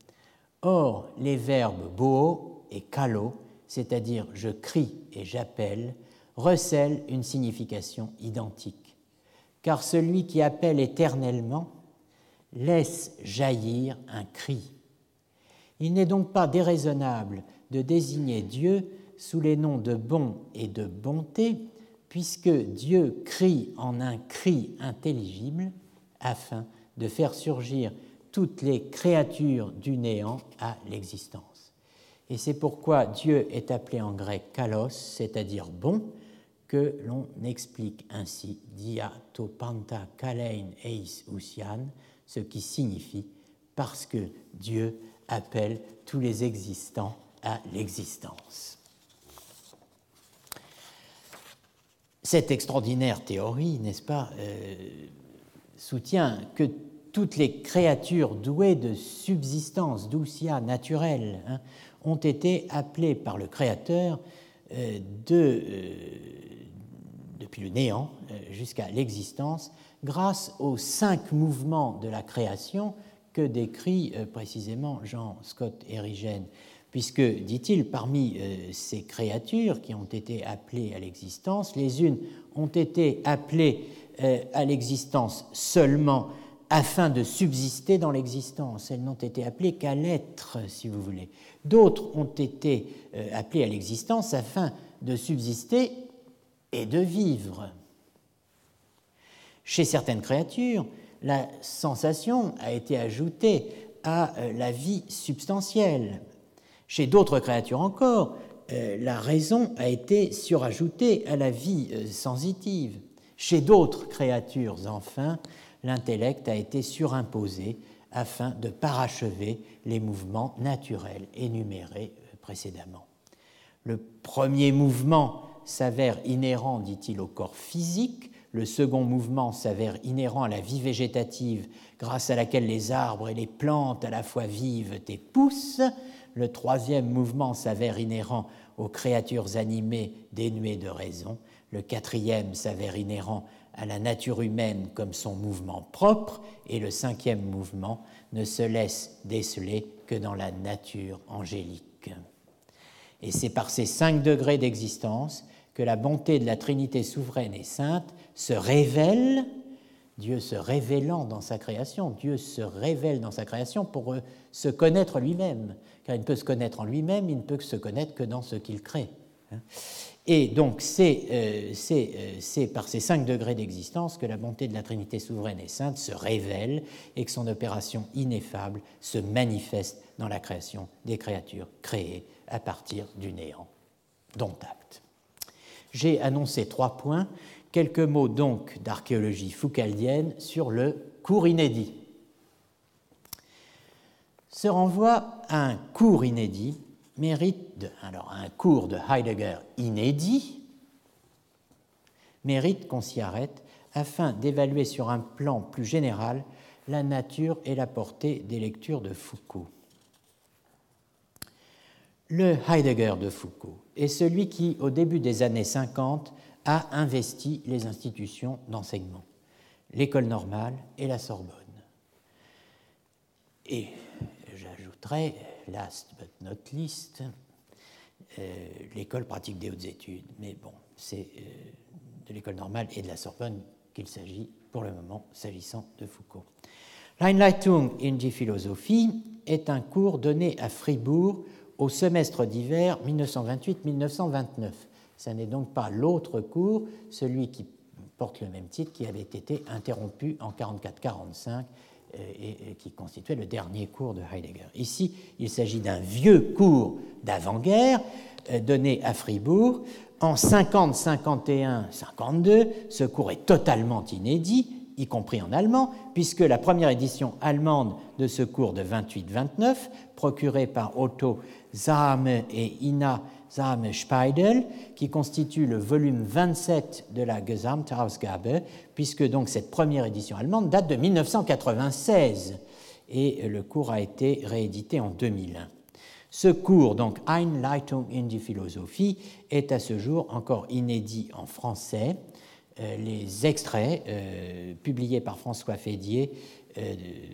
Or, les verbes « bo » et « kalo », c'est-à-dire « je crie » et « j'appelle », recèlent une signification identique, car celui qui appelle éternellement laisse jaillir un cri. Il n'est donc pas déraisonnable de désigner Dieu sous les noms de bon et de bonté, puisque Dieu crie en un cri intelligible afin de faire surgir toutes les créatures du néant à l'existence. Et c'est pourquoi Dieu est appelé en grec kalos, c'est-à-dire bon, que l'on explique ainsi dia to panta kalein eis ousian, ce qui signifie parce que Dieu appelle tous les existants à l'existence. Cette extraordinaire théorie, n'est-ce pas, euh, soutient que toutes les créatures douées de subsistance, doucia naturelle, hein, ont été appelées par le Créateur euh, de, euh, de depuis le néant jusqu'à l'existence, grâce aux cinq mouvements de la création que décrit précisément Jean Scott Erigen, puisque, dit-il, parmi ces créatures qui ont été appelées à l'existence, les unes ont été appelées à l'existence seulement afin de subsister dans l'existence. Elles n'ont été appelées qu'à l'être, si vous voulez. D'autres ont été appelées à l'existence afin de subsister et de vivre. Chez certaines créatures, la sensation a été ajoutée à la vie substantielle. Chez d'autres créatures encore, la raison a été surajoutée à la vie sensitive. Chez d'autres créatures, enfin, l'intellect a été surimposé afin de parachever les mouvements naturels énumérés précédemment. Le premier mouvement s'avère inhérent, dit-il, au corps physique. Le second mouvement s'avère inhérent à la vie végétative, grâce à laquelle les arbres et les plantes à la fois vivent et poussent. Le troisième mouvement s'avère inhérent aux créatures animées dénuées de raison. Le quatrième s'avère inhérent à la nature humaine comme son mouvement propre, et le cinquième mouvement ne se laisse déceler que dans la nature angélique. Et c'est par ces cinq degrés d'existence que la bonté de la Trinité souveraine et sainte se révèle, Dieu se révélant dans sa création, Dieu se révèle dans sa création pour se connaître lui-même, car il ne peut se connaître en lui-même, il ne peut se connaître que dans ce qu'il crée. Et donc c'est, euh, c'est, euh, c'est par ces cinq degrés d'existence que la bonté de la Trinité souveraine et sainte se révèle et que son opération ineffable se manifeste dans la création des créatures créées à partir du néant, dont acte. J'ai annoncé trois points, quelques mots donc d'archéologie foucaldienne sur le cours inédit. Ce renvoi à un cours inédit mérite, de, alors un cours de Heidegger inédit, mérite qu'on s'y arrête afin d'évaluer sur un plan plus général la nature et la portée des lectures de Foucault. Le Heidegger de Foucault est celui qui, au début des années cinquante, a investi les institutions d'enseignement, l'école normale et la Sorbonne. Et j'ajouterai, last but not least, euh, l'école pratique des hautes études. Mais bon, c'est euh, de l'école normale et de la Sorbonne qu'il s'agit pour le moment, s'agissant de Foucault. L'Einleitung in die Philosophie est un cours donné à Fribourg au semestre d'hiver mille neuf cent vingt-huit mille neuf cent vingt-neuf. Ce n'est donc pas l'autre cours, celui qui porte le même titre, qui avait été interrompu en quarante-quatre quarante-cinq et qui constituait le dernier cours de Heidegger. Ici, il s'agit d'un vieux cours d'avant-guerre donné à Fribourg. En cinquante, cinquante et un, cinquante-deux, ce cours est totalement inédit, y compris en allemand, puisque la première édition allemande de ce cours de vingt-huit vingt-neuf, procurée par Otto Sahme et Ina Sahme-Speidel, qui constitue le volume vingt-sept de la Gesamtausgabe, puisque donc cette première édition allemande date de mille neuf cent quatre-vingt-seize et le cours a été réédité en deux mille un. Ce cours, donc Einleitung in die Philosophie, est à ce jour encore inédit en français. Euh, les extraits euh, publiés par François Fédier, euh,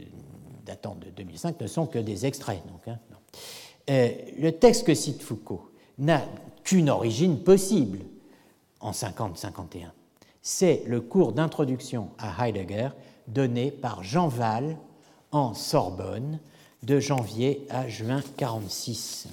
datant de deux mille cinq, ne sont que des extraits. Donc, hein, non. Euh, le texte que cite Foucault n'a qu'une origine possible en cinquante cinquante et un. C'est le cours d'introduction à Heidegger donné par Jean Wahl en Sorbonne de janvier à juin mille neuf cent quarante-six,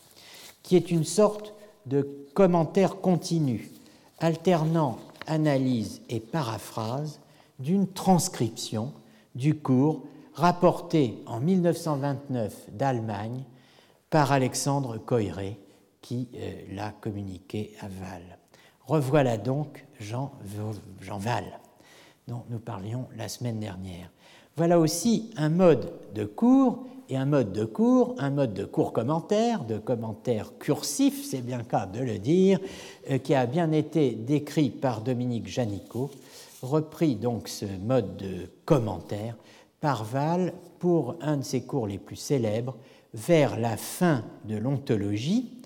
qui est une sorte de commentaire continu, alternant analyse et paraphrase d'une transcription du cours rapporté en mille neuf cent vingt-neuf d'Allemagne par Alexandre Coiré, qui euh, l'a communiqué à Wahl. Revoilà donc Jean, Jean Wahl, dont nous parlions la semaine dernière. Voilà aussi un mode de cours, et un mode de cours, un mode de cours commentaire, de commentaire cursif, c'est bien le cas de le dire, euh, qui a bien été décrit par Dominique Janicot, repris donc ce mode de commentaire par Wahl pour un de ses cours les plus célèbres, vers la fin de l'ontologie,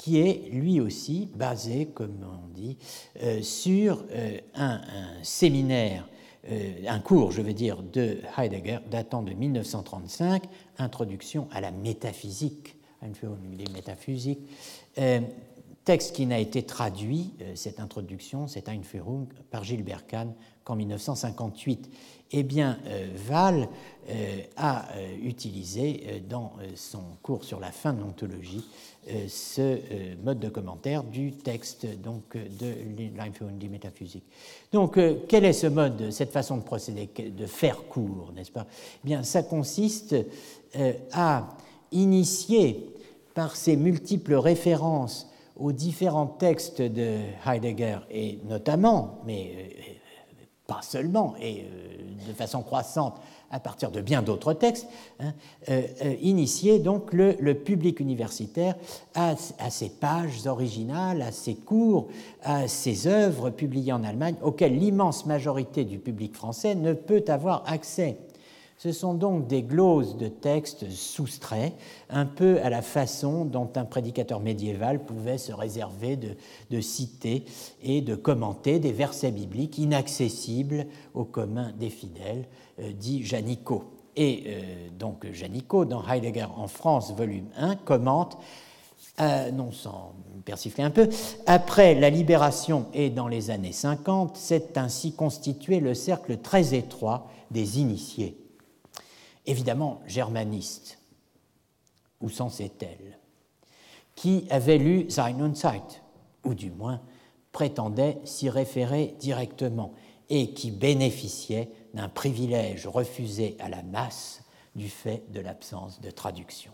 qui est lui aussi basé, comme on dit, euh, sur euh, un, un séminaire, euh, un cours, je veux dire, de Heidegger datant de mille neuf cent trente-cinq, Introduction à la métaphysique, Einführung in die Metaphysik, euh, texte qui n'a été traduit, euh, cette introduction, cette Einführung, par Gilbert Kahn qu'en mille neuf cent cinquante-huit. Eh bien, euh, Wahl euh, a euh, utilisé euh, dans euh, son cours sur la fin de l'ontologie euh, ce euh, mode de commentaire du texte donc, de l'Einführung in die Metaphysik. Donc, euh, quel est ce mode, cette façon de procéder, de faire cours, n'est-ce pas? Eh bien, ça consiste euh, à initier par ces multiples références aux différents textes de Heidegger, et notamment, mais euh, pas seulement, et euh, de façon croissante à partir de bien d'autres textes, hein, euh, euh, initier donc le, le public universitaire à, à ces pages originales, à ces cours, à ces œuvres publiées en Allemagne, auxquelles l'immense majorité du public français ne peut avoir accès. Ce sont donc des gloses de textes soustraits, un peu à la façon dont un prédicateur médiéval pouvait se réserver de, de citer et de commenter des versets bibliques inaccessibles au commun des fidèles, euh, dit Janicot. Et euh, donc Janicot, dans Heidegger en France, volume un, commente, euh, non sans persifler un peu, après la Libération et dans les années cinquante, s'est ainsi constitué le cercle très étroit des initiés. Évidemment germaniste, où censait-elle, qui avait lu Sein und Zeit, ou du moins prétendait s'y référer directement, et qui bénéficiait d'un privilège refusé à la masse du fait de l'absence de traduction.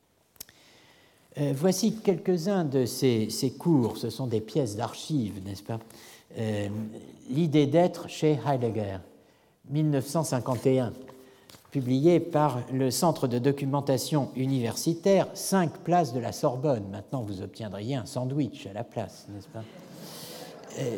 Euh, voici quelques-uns de ces, ces cours, ce sont des pièces d'archives, n'est-ce pas? euh, L'idée d'être chez Heidegger, mille neuf cent cinquante et un. Publié par le Centre de documentation universitaire, cinq places de la Sorbonne. Maintenant, vous obtiendriez un sandwich à la place, n'est-ce pas? euh,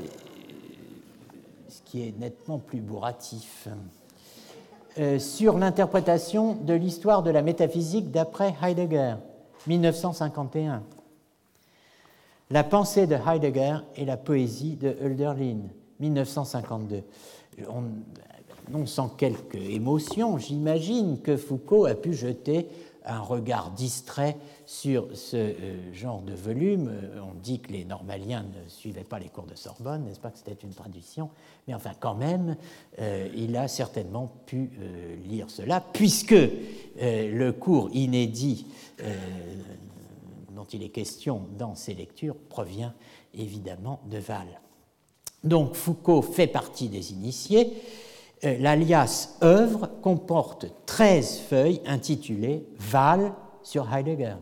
Ce qui est nettement plus bourratif. Euh, sur l'interprétation de l'histoire de la métaphysique d'après Heidegger, mille neuf cent cinquante et un. La pensée de Heidegger et la poésie de Hölderlin, mille neuf cent cinquante-deux. On, non sans quelque émotion, j'imagine que Foucault a pu jeter un regard distrait sur ce euh, genre de volume. Euh, on dit que les normaliens ne suivaient pas les cours de Sorbonne, n'est-ce pas que c'était une tradition? Mais enfin, quand même, euh, il a certainement pu euh, lire cela, puisque euh, le cours inédit euh, dont il est question dans ces lectures provient évidemment de Wahl. Donc Foucault fait partie des initiés. L'alias œuvre comporte treize feuilles intitulées Wahl sur Heidegger.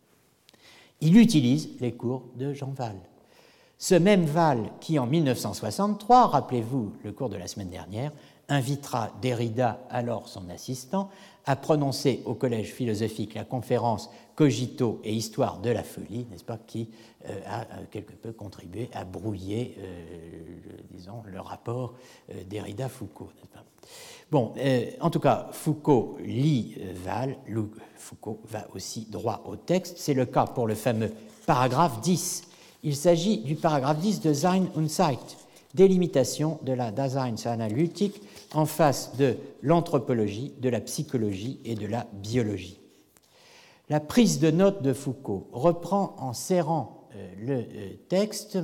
Il utilise les cours de Jean Wahl. Ce même Wahl qui, en mille neuf cent soixante-trois, rappelez-vous le cours de la semaine dernière, invitera Derrida, alors son assistant, à prononcer au Collège philosophique la conférence Cogito et Histoire de la folie, n'est-ce pas, qui euh, a quelque peu contribué à brouiller, euh, le, disons, le rapport euh, Derrida-Foucault, n'est-ce pas? Bon, euh, en tout cas, Foucault lit euh, Wahl, Foucault va aussi droit au texte. C'est le cas pour le fameux paragraphe dix. Il s'agit du paragraphe dix de Sein und Zeit, délimitation de la Daseinsanalytik en face de l'anthropologie, de la psychologie et de la biologie. La prise de note de Foucault reprend en serrant euh, le euh, texte.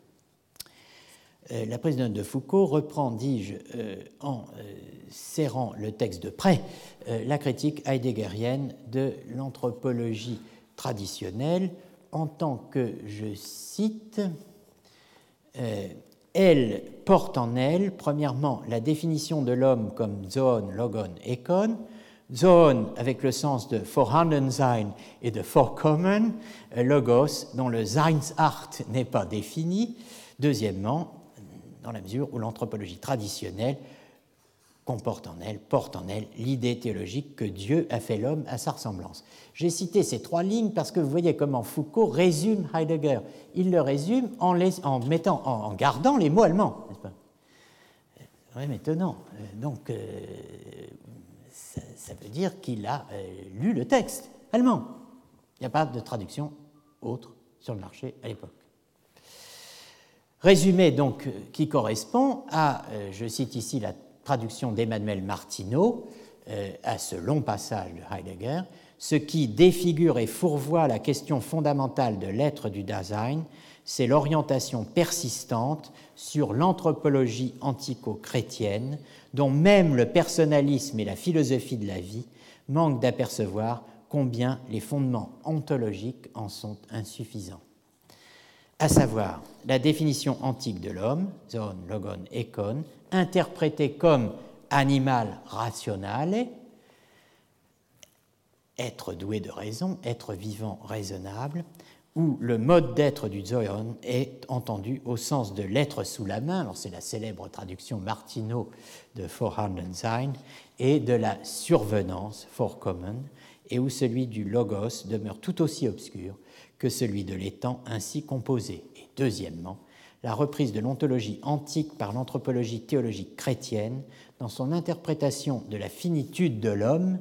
Euh, la prise de note de Foucault reprend, dis-je, euh, en euh, serrant le texte de près, euh, la critique heideggerienne de l'anthropologie traditionnelle en tant que, je cite, euh, elle porte en elle, premièrement, la définition de l'homme comme Zoon, Logon, Ekon, Zoon avec le sens de Vorhandensein et de Vorkommen, Logos dont le Seinsart n'est pas défini, deuxièmement, dans la mesure où l'anthropologie traditionnelle comporte en elle, porte en elle l'idée théologique que Dieu a fait l'homme à sa ressemblance. J'ai cité ces trois lignes parce que vous voyez comment Foucault résume Heidegger. Il le résume en, les, en, mettant, en, en gardant les mots allemands, n'est-ce pas? C'est quand même étonnant. Donc, euh, ça, ça veut dire qu'il a euh, lu le texte allemand. Il n'y a pas de traduction autre sur le marché à l'époque. Résumé donc qui correspond à, euh, je cite ici la traduction d'Emmanuel Martineau, euh, à ce long passage de Heidegger, ce qui défigure et fourvoie la question fondamentale de l'être du Dasein, c'est l'orientation persistante sur l'anthropologie antico-chrétienne, dont même le personnalisme et la philosophie de la vie manquent d'apercevoir combien les fondements ontologiques en sont insuffisants. À savoir la définition antique de l'homme, zoon, logon, ekon, interprétée comme animal rationale, être doué de raison, être vivant raisonnable, où le mode d'être du zoon est entendu au sens de l'être sous la main, alors c'est la célèbre traduction Martineau de Vorhandensein, et de la survenance, Vorkommen, et où celui du logos demeure tout aussi obscur que celui de l'étant ainsi composé. Et deuxièmement, la reprise de l'ontologie antique par l'anthropologie théologique chrétienne dans son interprétation de la finitude de l'homme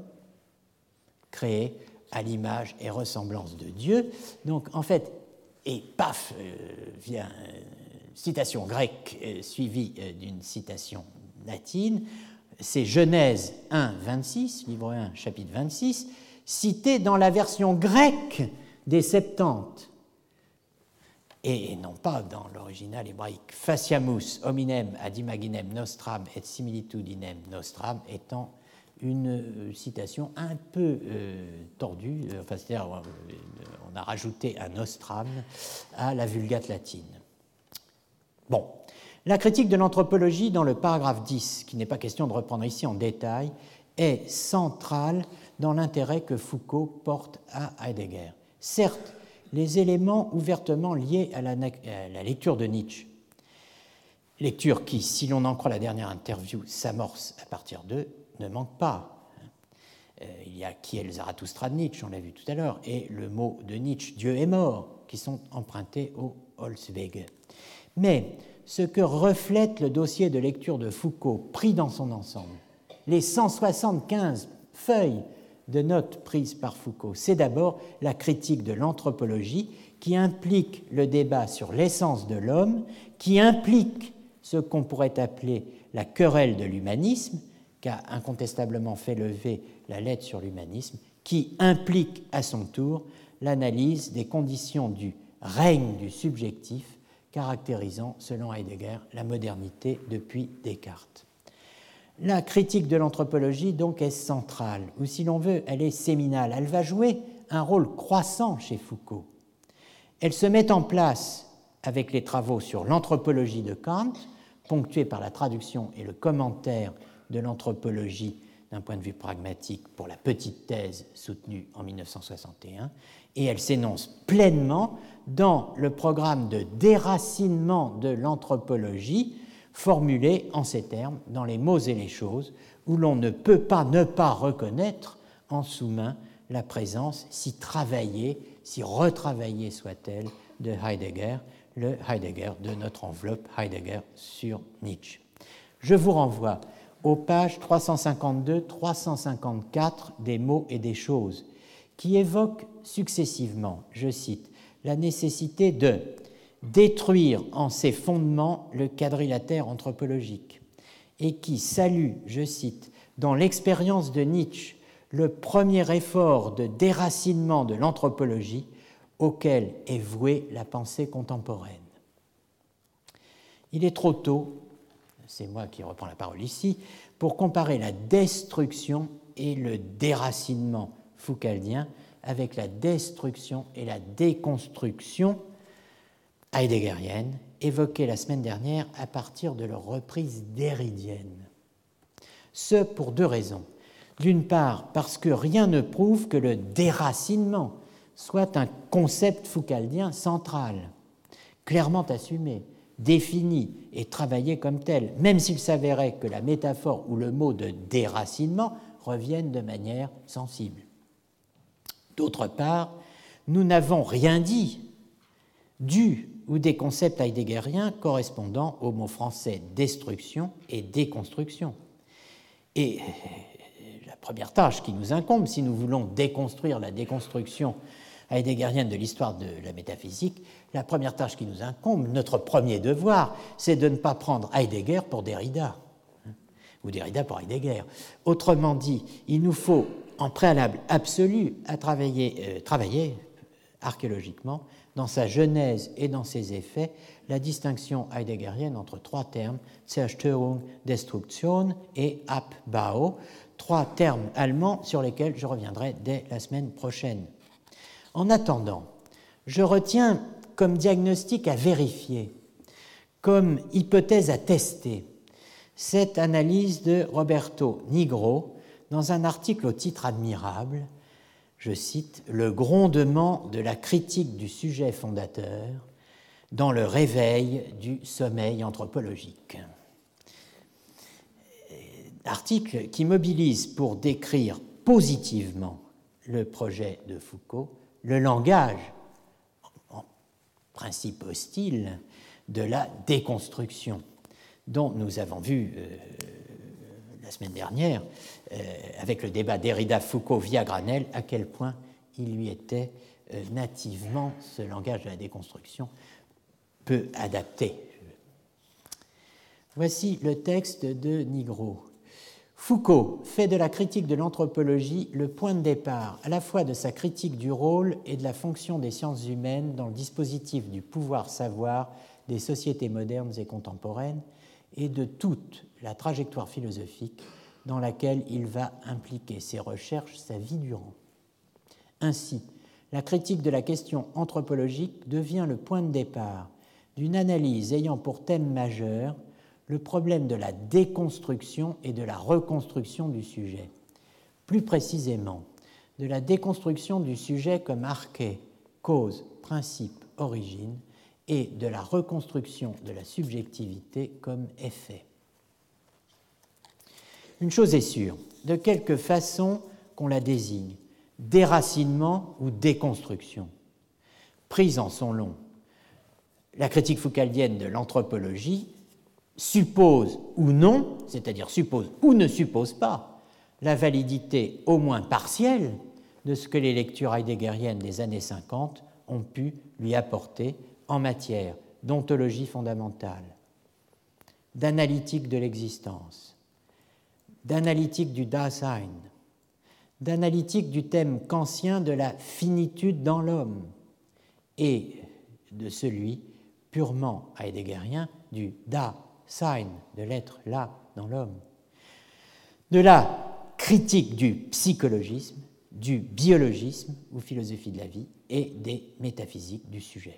créé à l'image et ressemblance de Dieu. Donc, en fait, et paf, euh, vient une citation grecque euh, suivie euh, d'une citation latine, c'est Genèse un, vingt-six, livre un, chapitre vingt-six, cité dans la version grecque des Septante, et non pas dans l'original hébraïque. Faciamus hominem ad imaginem nostram et similitudinem nostram étant une citation un peu euh, tordue, enfin, c'est-à-dire on a rajouté un nostram à la Vulgate latine. Bon, la critique de l'anthropologie dans le paragraphe dix, qui n'est pas question de reprendre ici en détail, est centrale dans l'intérêt que Foucault porte à Heidegger. Certes, les éléments ouvertement liés à la, à la lecture de Nietzsche, lecture qui, si l'on en croit la dernière interview, s'amorce à partir d'eux, ne manquent pas. Euh, il y a qui est le Zarathustra de Nietzsche, on l'a vu tout à l'heure, et le mot de Nietzsche, Dieu est mort, qui sont empruntés au Holzwege. Mais ce que reflète le dossier de lecture de Foucault pris dans son ensemble, les cent soixante-quinze feuilles de notes prises par Foucault, c'est d'abord la critique de l'anthropologie qui implique le débat sur l'essence de l'homme, qui implique ce qu'on pourrait appeler la querelle de l'humanisme, qu'a incontestablement fait lever la lettre sur l'humanisme, qui implique à son tour l'analyse des conditions du règne du subjectif caractérisant, selon Heidegger, la modernité depuis Descartes. La critique de l'anthropologie, donc, est centrale, ou si l'on veut, elle est séminale. Elle va jouer un rôle croissant chez Foucault. Elle se met en place avec les travaux sur l'anthropologie de Kant, ponctués par la traduction et le commentaire de l'anthropologie d'un point de vue pragmatique pour la petite thèse soutenue en mille neuf cent soixante et un, et elle s'énonce pleinement dans le programme de déracinement de l'anthropologie formulé en ces termes dans Les mots et les choses, où l'on ne peut pas ne pas reconnaître en sous-main la présence, si travaillée, si retravaillée soit-elle, de Heidegger, le Heidegger de notre enveloppe Heidegger sur Nietzsche. Je vous renvoie aux pages trois cent cinquante-deux à trois cent cinquante-quatre des mots et des choses, qui évoquent successivement, je cite, la nécessité de détruire en ses fondements le quadrilatère anthropologique et qui salue, je cite, dans l'expérience de Nietzsche, le premier effort de déracinement de l'anthropologie auquel est vouée la pensée contemporaine. Il est trop tôt, c'est moi qui reprends la parole ici, pour comparer la destruction et le déracinement foucaldien avec la destruction et la déconstruction heideggerienne évoquée la semaine dernière à partir de leur reprise derridienne. Ce pour deux raisons. D'une part, parce que rien ne prouve que le déracinement soit un concept foucaldien central, clairement assumé, défini et travaillé comme tel, même s'il s'avérait que la métaphore ou le mot de déracinement reviennent de manière sensible. D'autre part, nous n'avons rien dit du ou des concepts heideggeriens correspondant aux mots français destruction et déconstruction. Et la première tâche qui nous incombe, si nous voulons déconstruire la déconstruction heideggerienne de l'histoire de la métaphysique, la première tâche qui nous incombe, notre premier devoir, c'est de ne pas prendre Heidegger pour Derrida, hein, ou Derrida pour Heidegger. Autrement dit, il nous faut, en préalable absolu, à travailler, euh, travailler archéologiquement, dans sa genèse et dans ses effets, la distinction heideggerienne entre trois termes, Zerstörung, Destruktion et Abbau, trois termes allemands sur lesquels je reviendrai dès la semaine prochaine. En attendant, je retiens comme diagnostic à vérifier, comme hypothèse à tester, cette analyse de Roberto Nigro dans un article au titre admirable, je cite, « Le grondement de la critique du sujet fondateur dans le réveil du sommeil anthropologique ». Article qui mobilise pour décrire positivement le projet de Foucault, le langage, en principe hostile, de la déconstruction, dont nous avons vu euh, la semaine dernière, euh, avec le débat Derrida-Foucault via Granel, à quel point il lui était euh, nativement, ce langage de la déconstruction, peu adapté. Voici le texte de Nigro. Foucault fait de la critique de l'anthropologie le point de départ à la fois de sa critique du rôle et de la fonction des sciences humaines dans le dispositif du pouvoir-savoir des sociétés modernes et contemporaines et de toute la trajectoire philosophique dans laquelle il va impliquer ses recherches sa vie durant. Ainsi, la critique de la question anthropologique devient le point de départ d'une analyse ayant pour thème majeur le problème de la déconstruction et de la reconstruction du sujet. Plus précisément, de la déconstruction du sujet comme arché, cause, principe, origine, et de la reconstruction de la subjectivité comme effet. Une chose est sûre, de quelque façon qu'on la désigne, déracinement ou déconstruction, prise en son long, la critique foucaldienne de l'anthropologie suppose ou non, c'est-à-dire suppose ou ne suppose pas, la validité au moins partielle de ce que les lectures heideggeriennes des années cinquante ont pu lui apporter en matière d'ontologie fondamentale, d'analytique de l'existence, d'analytique du Dasein, d'analytique du thème kantien de la finitude dans l'homme et de celui purement heideggerien du Dasein, de l'être là dans l'homme, de la critique du psychologisme, du biologisme ou philosophie de la vie et des métaphysiques du sujet.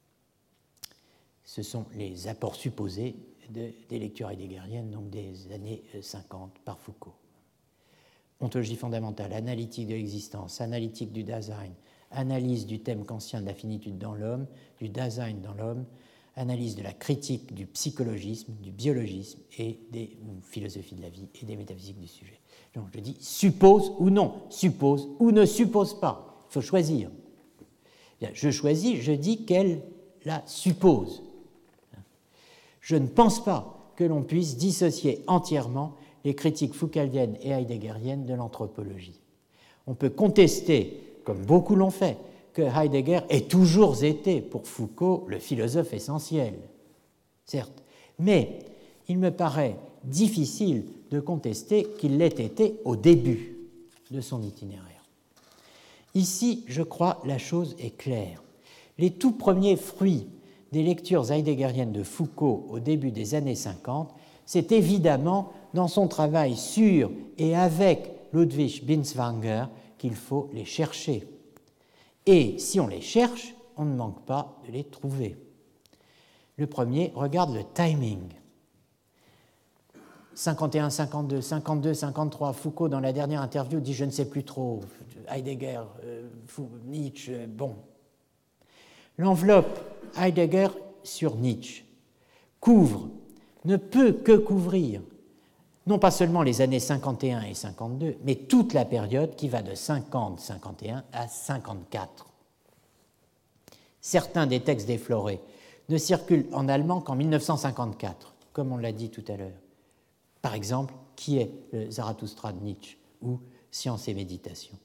Ce sont les apports supposés de, des lectures heideggeriennes, donc des années cinquante par Foucault. Ontologie fondamentale, analytique de l'existence, analytique du Dasein, analyse du thème kantien de la finitude dans l'homme, du Dasein dans l'homme, analyse de la critique du psychologisme, du biologisme et des philosophies de la vie et des métaphysiques du sujet. Donc je dis suppose ou non, suppose ou ne suppose pas. Il faut choisir. Bien, je choisis, je dis qu'elle la suppose. Je ne pense pas que l'on puisse dissocier entièrement les critiques foucaldiennes et heideggeriennes de l'anthropologie. On peut contester, comme beaucoup l'ont fait, que Heidegger ait toujours été, pour Foucault, le philosophe essentiel, certes, mais il me paraît difficile de contester qu'il l'ait été au début de son itinéraire. Ici, je crois, la chose est claire. Les tout premiers fruits des lectures heideggeriennes de Foucault au début des années cinquante, c'est évidemment dans son travail sur et avec Ludwig Binswanger qu'il faut les chercher. Et si on les cherche, on ne manque pas de les trouver. Le premier regarde le timing. cinquante et un, cinquante-deux, cinquante-deux, cinquante-trois, Foucault, dans la dernière interview, dit « je ne sais plus trop, Heidegger, euh, Nietzsche, euh, bon ». L'enveloppe Heidegger sur Nietzsche couvre, ne peut que couvrir, non pas seulement les années cinquante et un et cinquante-deux, mais toute la période qui va de cinquante cinquante et un à cinquante-quatre. Certains des textes déflorés ne circulent en allemand qu'en mille neuf cent cinquante-quatre, comme on l'a dit tout à l'heure. Par exemple, qui est le Zarathustra de Nietzsche ou Science et méditation.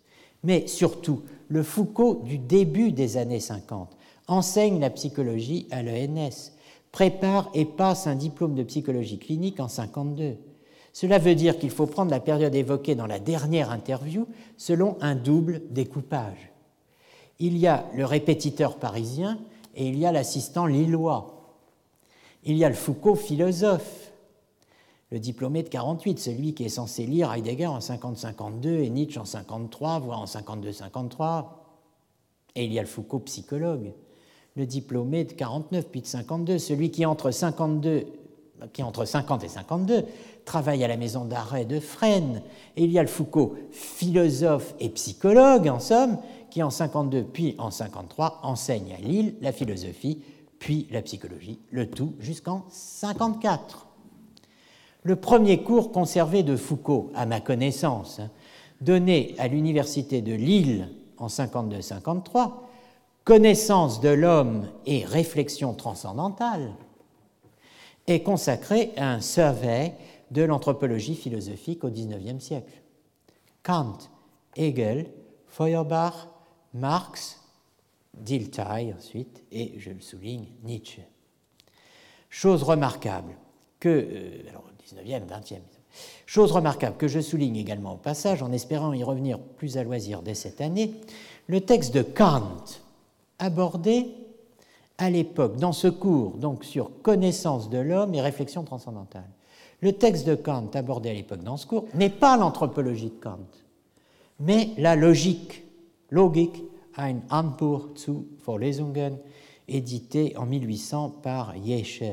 Mais surtout, le Foucault du début des années cinquante enseigne la psychologie à l'E N S, prépare et passe un diplôme de psychologie clinique en cinquante-deux. Cela veut dire qu'il faut prendre la période évoquée dans la dernière interview selon un double découpage. Il y a le répétiteur parisien et il y a l'assistant lillois. Il y a le Foucault philosophe, le diplômé de quarante-huit, celui qui est censé lire Heidegger en cinquante cinquante-deux et Nietzsche en cinquante-trois, voire en cinquante-deux cinquante-trois. Et il y a le Foucault psychologue, le diplômé de quarante-neuf puis de cinquante-deux, celui qui entre, cinquante-deux, qui entre cinquante et cinquante-deux travaille à la maison d'arrêt de Fresnes. Et il y a le Foucault philosophe et psychologue, en somme, qui en cinquante-deux puis en cinquante-trois enseigne à Lille la philosophie puis la psychologie, le tout jusqu'en cinquante-quatre. Le premier cours conservé de Foucault, à ma connaissance, hein, donné à l'université de Lille en cinquante-deux cinquante-trois, Connaissance de l'homme et réflexion transcendantale, est consacré à un survey de l'anthropologie philosophique au dix-neuvième siècle. Kant, Hegel, Feuerbach, Marx, Dilthey ensuite, et je le souligne, Nietzsche. Chose remarquable que, euh, alors dix-neuvième, vingtième, chose remarquable que je souligne également au passage, en espérant y revenir plus à loisir dès cette année, le texte de Kant, abordé à l'époque, dans ce cours, donc sur connaissance de l'homme et réflexion transcendantale. Le texte de Kant abordé à l'époque dans ce cours n'est pas l'anthropologie de Kant, mais la logique, Logik, ein Anspruch zu Vorlesungen, édité en mille huit cents par Yeche,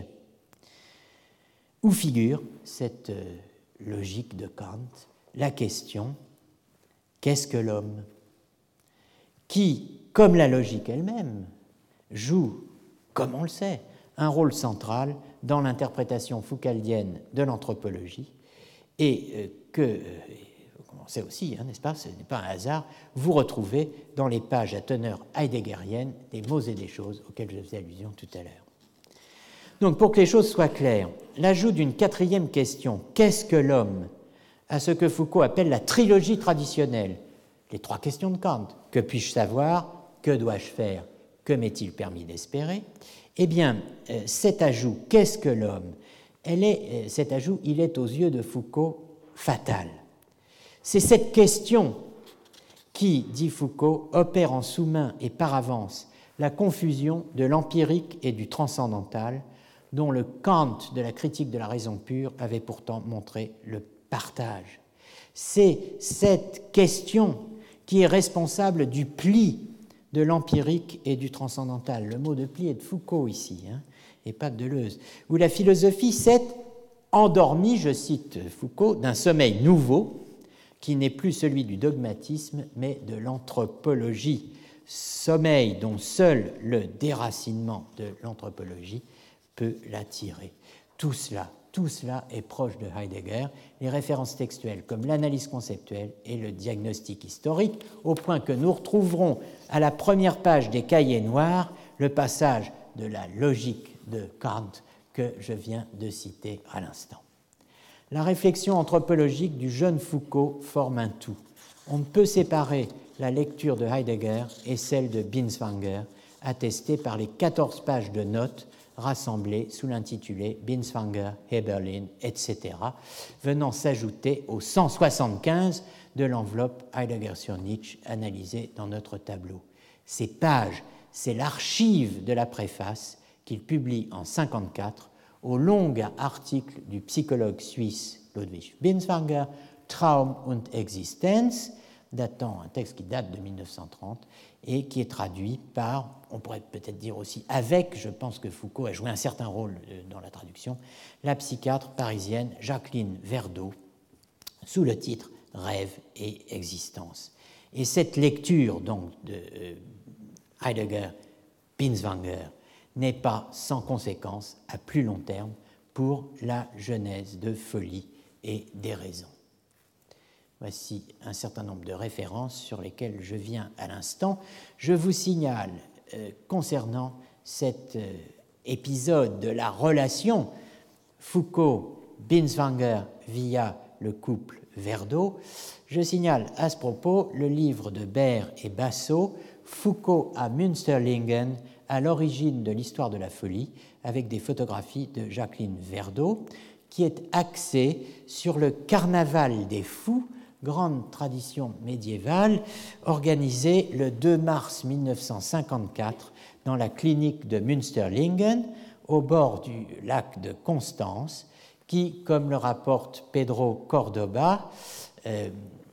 où figure cette euh, logique de Kant, la question « qu'est-ce que l'homme ?» qui, comme la logique elle-même, joue, comme on le sait, un rôle central dans l'interprétation foucaldienne de l'anthropologie et euh, que, euh, on sait aussi, hein, n'est-ce pas, ce n'est pas un hasard, vous retrouvez dans les pages à teneur heideggerienne des mots et des choses auxquels je faisais allusion tout à l'heure. Donc, pour que les choses soient claires, l'ajout d'une quatrième question, qu'est-ce que l'homme, à ce que Foucault appelle la trilogie traditionnelle, les trois questions de Kant, que puis-je savoir, que dois-je faire, que m'est-il permis d'espérer, eh bien, euh, cet ajout, qu'est-ce que l'homme, elle est, euh, cet ajout, il est aux yeux de Foucault fatal. C'est cette question qui, dit Foucault, opère en sous-main et par avance la confusion de l'empirique et du transcendantal, dont le Kant de la critique de la raison pure avait pourtant montré le partage. C'est cette question qui est responsable du pli de l'empirique et du transcendantal. Le mot de pli est de Foucault ici, hein, et pas de Deleuze, où la philosophie s'est endormie, je cite Foucault, d'un sommeil nouveau qui n'est plus celui du dogmatisme, mais de l'anthropologie, sommeil dont seul le déracinement de l'anthropologie peut l'attirer. Tout cela, tout cela est proche de Heidegger, les références textuelles comme l'analyse conceptuelle et le diagnostic historique, au point que nous retrouverons à la première page des Cahiers noirs le passage de la logique de Kant que je viens de citer à l'instant. La réflexion anthropologique du jeune Foucault forme un tout. On ne peut séparer la lecture de Heidegger et celle de Binswanger, attestée par les quatorze pages de notes rassemblées sous l'intitulé Binswanger, Heberlin, et cetera, venant s'ajouter aux cent soixante-quinze de l'enveloppe Heidegger sur Nietzsche analysée dans notre tableau. Ces pages, c'est l'archive de la préface qu'il publie en mille neuf cent cinquante-quatre au long article du psychologue suisse Ludwig Binswanger, Traum und Existenz, datant un texte qui date de mille neuf cent trente et qui est traduit par, on pourrait peut-être dire aussi avec, je pense que Foucault a joué un certain rôle dans la traduction, la psychiatre parisienne Jacqueline Verdeau, sous le titre Rêve et existence. Et cette lecture donc de euh, Heidegger-Binswanger n'est pas sans conséquence à plus long terme pour la genèse de Folie et des raisons. Voici un certain nombre de références sur lesquelles je viens à l'instant. Je vous signale, euh, concernant cet euh, épisode de la relation Foucault-Binswanger via le couple Verdeau. Je signale à ce propos le livre de Baer et Basso, Foucault à Münsterlingen, à l'origine de l'histoire de la folie, avec des photographies de Jacqueline Verdeau, qui est axé sur le carnaval des fous, grande tradition médiévale, organisée le deux mars mille neuf cent cinquante-quatre dans la clinique de Münsterlingen, au bord du lac de Constance, qui, comme le rapporte Pedro Cordoba, euh,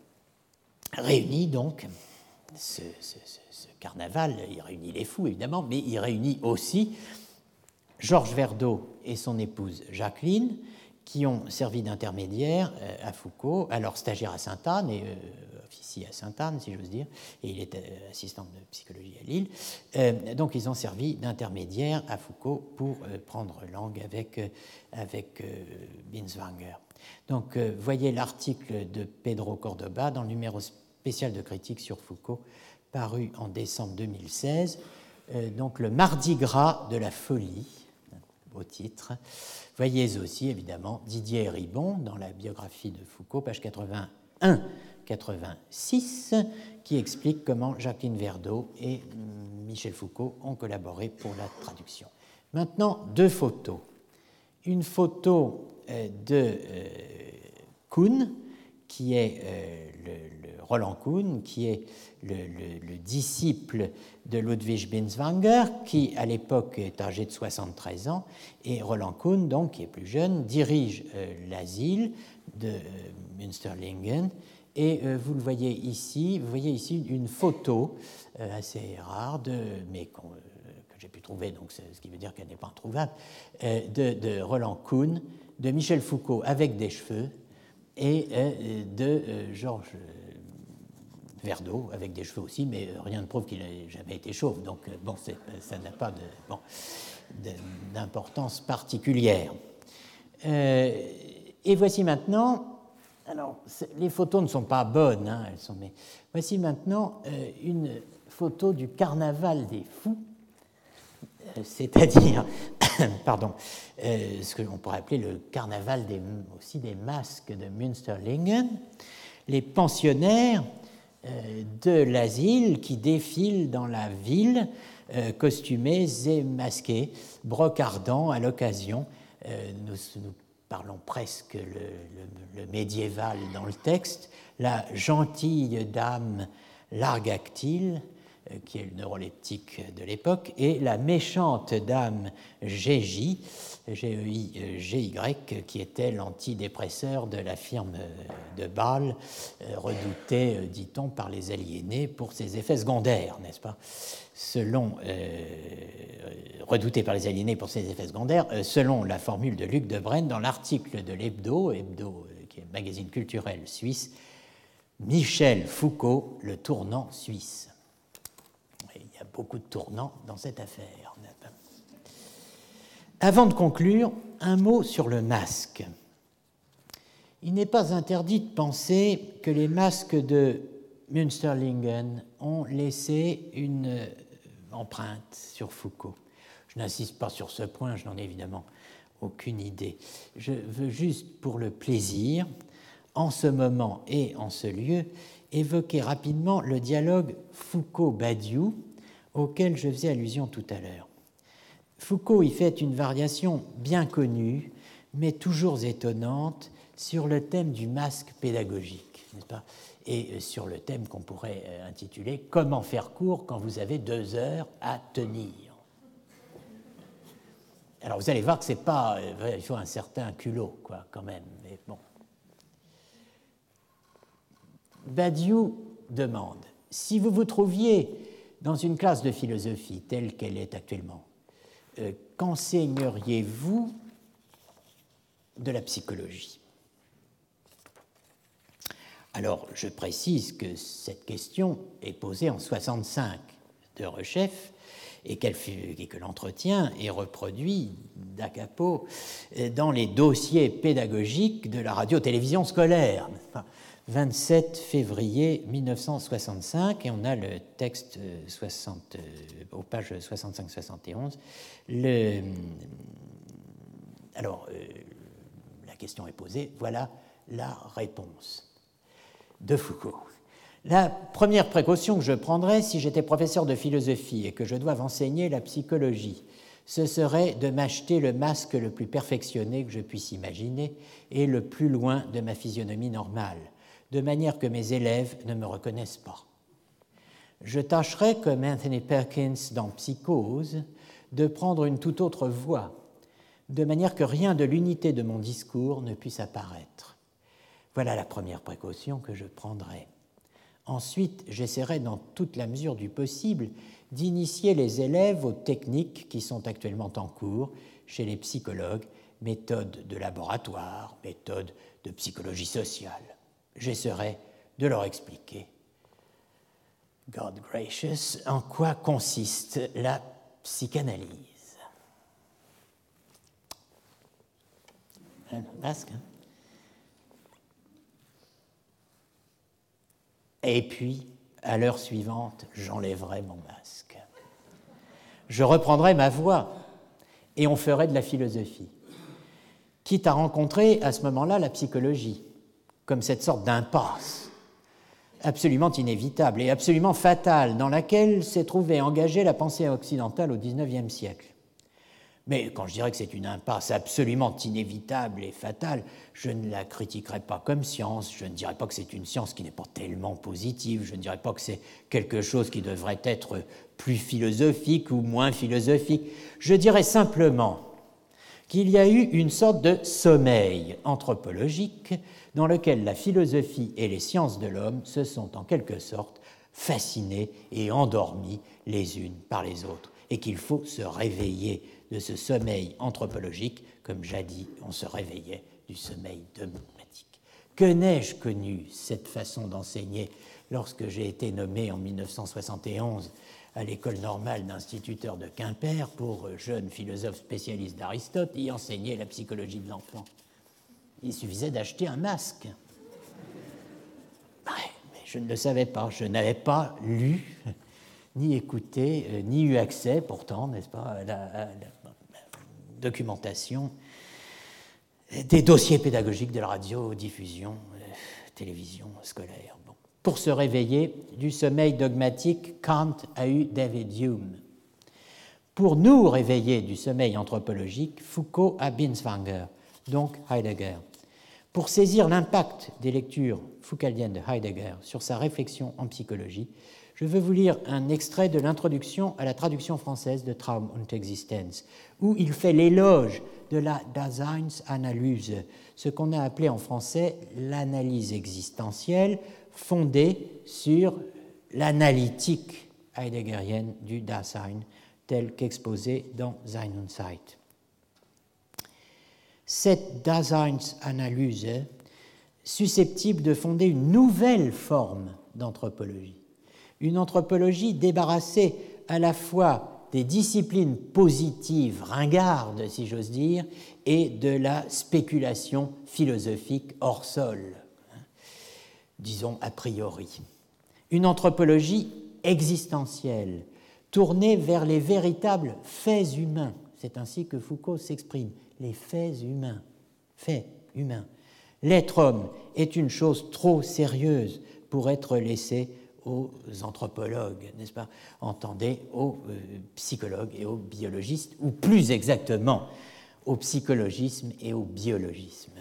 réunit donc ce, ce, ce carnaval, il réunit les fous évidemment, mais il réunit aussi Georges Verdeau et son épouse Jacqueline, qui ont servi d'intermédiaires à Foucault, alors stagiaire à Sainte-Anne et euh, officier à Sainte-Anne, si j'ose dire, et il est euh, assistant de psychologie à Lille. Euh, donc ils ont servi d'intermédiaires à Foucault pour euh, prendre langue avec, euh, avec euh, Binswanger. Donc euh, voyez l'article de Pedro Cordoba dans le numéro spécial de critique sur Foucault, paru en décembre deux mille seize. Euh, donc le Mardi Gras de la folie, beau titre. Voyez aussi, évidemment, Didier Ribon dans la biographie de Foucault, page quatre-vingt-un quatre-vingt-six, qui explique comment Jacqueline Verdeau et Michel Foucault ont collaboré pour la traduction. Maintenant, deux photos. Une photo euh, de euh, Kuhn, qui est euh, le, le Roland Kuhn, qui est le, le, le disciple de Ludwig Binswanger, qui à l'époque est âgé de soixante-treize ans, et Roland Kuhn, donc, qui est plus jeune, dirige euh, l'asile de euh, Münsterlingen, et euh, vous le voyez ici, vous voyez ici une photo euh, assez rare, de, mais qu'on, euh, que j'ai pu trouver, donc ce qui veut dire qu'elle n'est pas introuvable, euh, de, de Roland Kuhn, de Michel Foucault avec des cheveux, et euh, de euh, Georges Verdeau, avec des cheveux aussi, mais rien ne prouve qu'il n'ait jamais été chauve, donc bon, c'est, ça n'a pas de, bon, de, d'importance particulière. Euh, et voici maintenant, alors les photos ne sont pas bonnes, hein, elles sont, mais voici maintenant euh, une photo du carnaval des fous, euh, c'est-à-dire, pardon, euh, ce que l'on pourrait appeler le carnaval des, aussi des masques de Münsterlingen, les pensionnaires de l'asile qui défilent dans la ville, euh, costumés et masqués, brocardant à l'occasion. Euh, nous, nous parlons presque le, le, le médiéval dans le texte. La gentille dame Largactile, euh, qui est le neuroleptique de l'époque, et la méchante dame Gégy, G E I G Y, qui était l'antidépresseur de la firme de Bâle, redouté, dit-on, par les aliénés pour ses effets secondaires, n'est-ce pas? Selon, euh, redouté par les aliénés pour ses effets secondaires, euh, selon la formule de Luc Debrenne dans l'article de l'Hebdo, Hebdo, qui est un magazine culturel suisse, Michel Foucault, le tournant suisse. Il y a beaucoup de tournants dans cette affaire. Avant de conclure, un mot sur le masque. Il n'est pas interdit de penser que les masques de Münsterlingen ont laissé une empreinte sur Foucault. Je n'insiste pas sur ce point, je n'en ai évidemment aucune idée. Je veux juste, pour le plaisir, en ce moment et en ce lieu, évoquer rapidement le dialogue Foucault-Badiou auquel je faisais allusion tout à l'heure. Foucault y fait une variation bien connue, mais toujours étonnante, sur le thème du masque pédagogique, n'est-ce pas? Et sur le thème qu'on pourrait intituler « Comment faire court quand vous avez deux heures à tenir ?» Alors vous allez voir que c'est pas... Il faut un certain culot, quoi, quand même, mais bon. Badiou demande « Si vous vous trouviez dans une classe de philosophie telle qu'elle est actuellement, Euh, qu'enseigneriez-vous de la psychologie ?» Alors, je précise que cette question est posée en soixante-cinq de Rechef et, qu'elle fut, et que l'entretien est reproduit da capo dans les dossiers pédagogiques de la radio-télévision scolaire. vingt-sept février mille neuf cent soixante-cinq, et on a le texte soixante, aux pages soixante-cinq soixante et onze. Le, alors, euh, la question est posée, voilà la réponse de Foucault. La première précaution que je prendrais si j'étais professeur de philosophie et que je dois enseigner la psychologie, ce serait de m'acheter le masque le plus perfectionné que je puisse imaginer et le plus loin de ma physionomie normale, de manière que mes élèves ne me reconnaissent pas. Je tâcherai, comme Anthony Perkins dans Psychose, de prendre une toute autre voie, de manière que rien de l'unité de mon discours ne puisse apparaître. Voilà la première précaution que je prendrai. Ensuite, j'essaierai dans toute la mesure du possible d'initier les élèves aux techniques qui sont actuellement en cours chez les psychologues, méthodes de laboratoire, méthodes de psychologie sociale. J'essaierai de leur expliquer, God gracious, en quoi consiste la psychanalyse. Un masque, hein? Et puis, à l'heure suivante, j'enlèverai mon masque. Je reprendrai ma voix et on ferait de la philosophie, quitte à rencontrer à ce moment-là la psychologie, comme cette sorte d'impasse absolument inévitable et absolument fatale dans laquelle s'est trouvée engagée la pensée occidentale au dix-neuvième siècle. Mais quand je dirais que c'est une impasse absolument inévitable et fatale, je ne la critiquerai pas comme science, je ne dirais pas que c'est une science qui n'est pas tellement positive, je ne dirais pas que c'est quelque chose qui devrait être plus philosophique ou moins philosophique. Je dirais simplement qu'il y a eu une sorte de sommeil anthropologique dans lequel la philosophie et les sciences de l'homme se sont en quelque sorte fascinées et endormies les unes par les autres, et qu'il faut se réveiller de ce sommeil anthropologique, comme jadis on se réveillait du sommeil dogmatique. Que n'ai-je connu cette façon d'enseigner lorsque j'ai été nommé en mille neuf cent soixante et onze à l'école normale d'instituteurs de Quimper pour jeunes philosophes spécialistes d'Aristote y enseigner la psychologie de l'enfant. Il suffisait d'acheter un masque. Ouais, mais je ne le savais pas, je n'avais pas lu, ni écouté, euh, ni eu accès, pourtant, n'est-ce pas, à la, à la documentation des dossiers pédagogiques de la radio-diffusion, euh, télévision scolaire. Bon. Pour se réveiller du sommeil dogmatique, Kant a eu David Hume. Pour nous réveiller du sommeil anthropologique, Foucault a Binswanger, donc Heidegger. Pour saisir l'impact des lectures foucaldiennes de Heidegger sur sa réflexion en psychologie, je veux vous lire un extrait de l'introduction à la traduction française de Traum und Existenz, où il fait l'éloge de la Daseinsanalyse, ce qu'on a appelé en français l'analyse existentielle, fondée sur l'analytique heideggerienne du Dasein, telle qu'exposée dans Sein und Zeit. Cette Daseinsanalyse, susceptible de fonder une nouvelle forme d'anthropologie, une anthropologie débarrassée à la fois des disciplines positives ringardes, si j'ose dire, et de la spéculation philosophique hors sol, hein, disons a priori. Une anthropologie existentielle, tournée vers les véritables faits humains. C'est ainsi que Foucault s'exprime, les faits humains, faits humains. L'être homme est une chose trop sérieuse pour être laissée aux anthropologues, n'est-ce pas? Entendez, aux euh, psychologues et aux biologistes, ou plus exactement au psychologisme et au biologisme.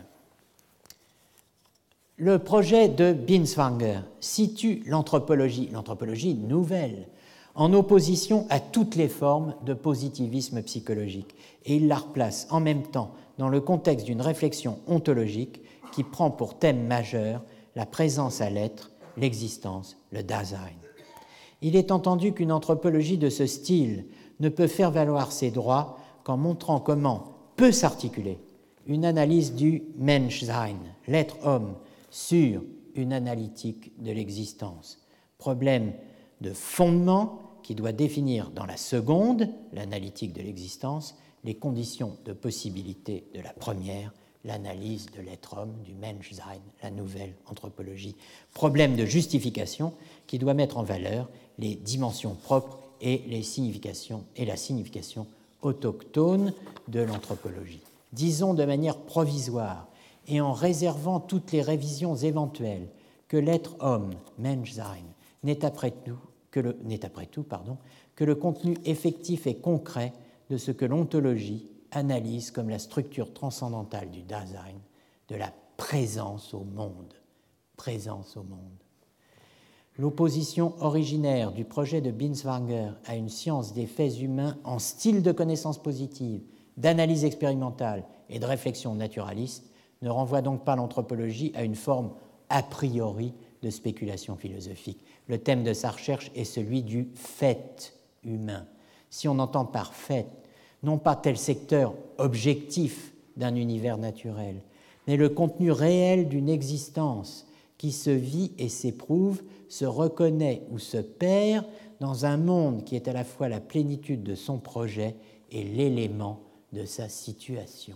Le projet de Binswanger situe l'anthropologie, l'anthropologie nouvelle, en opposition à toutes les formes de positivisme psychologique, et il la replace en même temps dans le contexte d'une réflexion ontologique qui prend pour thème majeur la présence à l'être, l'existence, le Dasein. Il est entendu qu'une anthropologie de ce style ne peut faire valoir ses droits qu'en montrant comment peut s'articuler une analyse du Menschsein, l'être-homme, sur une analytique de l'existence. Problème de fondement qui doit définir dans la seconde, l'analytique de l'existence, les conditions de possibilité de la première, l'analyse de l'être-homme, du Menschsein, la nouvelle anthropologie. Problème de justification qui doit mettre en valeur les dimensions propres et, les significations, et la signification autochtone de l'anthropologie. Disons de manière provisoire et en réservant toutes les révisions éventuelles que l'être homme, Menschsein, n'est après tout, que le, n'est après tout pardon, que le contenu effectif et concret de ce que l'ontologie analyse comme la structure transcendantale du Dasein, de la présence au monde. Présence au monde. L'opposition originaire du projet de Binswanger à une science des faits humains en style de connaissance positive, d'analyse expérimentale et de réflexion naturaliste ne renvoie donc pas l'anthropologie à une forme a priori de spéculation philosophique. Le thème de sa recherche est celui du fait humain. Si on entend par fait, non pas tel secteur objectif d'un univers naturel, mais le contenu réel d'une existence qui se vit et s'éprouve, se reconnaît ou se perd dans un monde qui est à la fois la plénitude de son projet et l'élément de sa situation.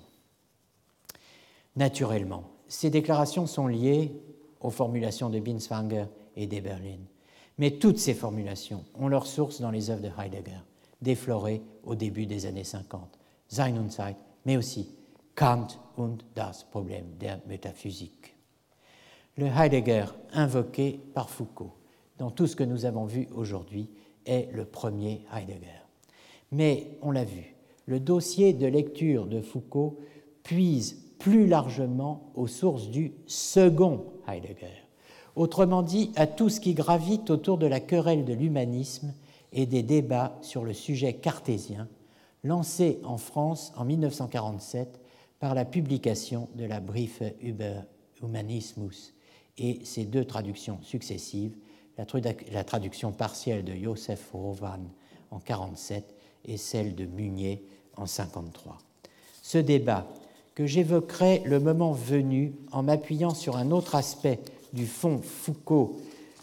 Naturellement, ces déclarations sont liées aux formulations de Binswanger et d'Eberlin, mais toutes ces formulations ont leur source dans les œuvres de Heidegger, déflorées au début des années cinquante, Sein und Zeit, mais aussi Kant und das Problem der Metaphysik. Le Heidegger invoqué par Foucault, dans tout ce que nous avons vu aujourd'hui, est le premier Heidegger. Mais, on l'a vu, le dossier de lecture de Foucault puise plus largement aux sources du second Heidegger, autrement dit à tout ce qui gravite autour de la querelle de l'humanisme et des débats sur le sujet cartésien, lancés en France en mille neuf cent quarante-sept par la publication de la Briefe über Humanismus et ses deux traductions successives, la, tradu- la traduction partielle de Joseph Rowan en mille neuf cent quarante-sept et celle de Munier en mille neuf cent cinquante-trois. Ce débat, que j'évoquerai le moment venu en m'appuyant sur un autre aspect du fonds Foucault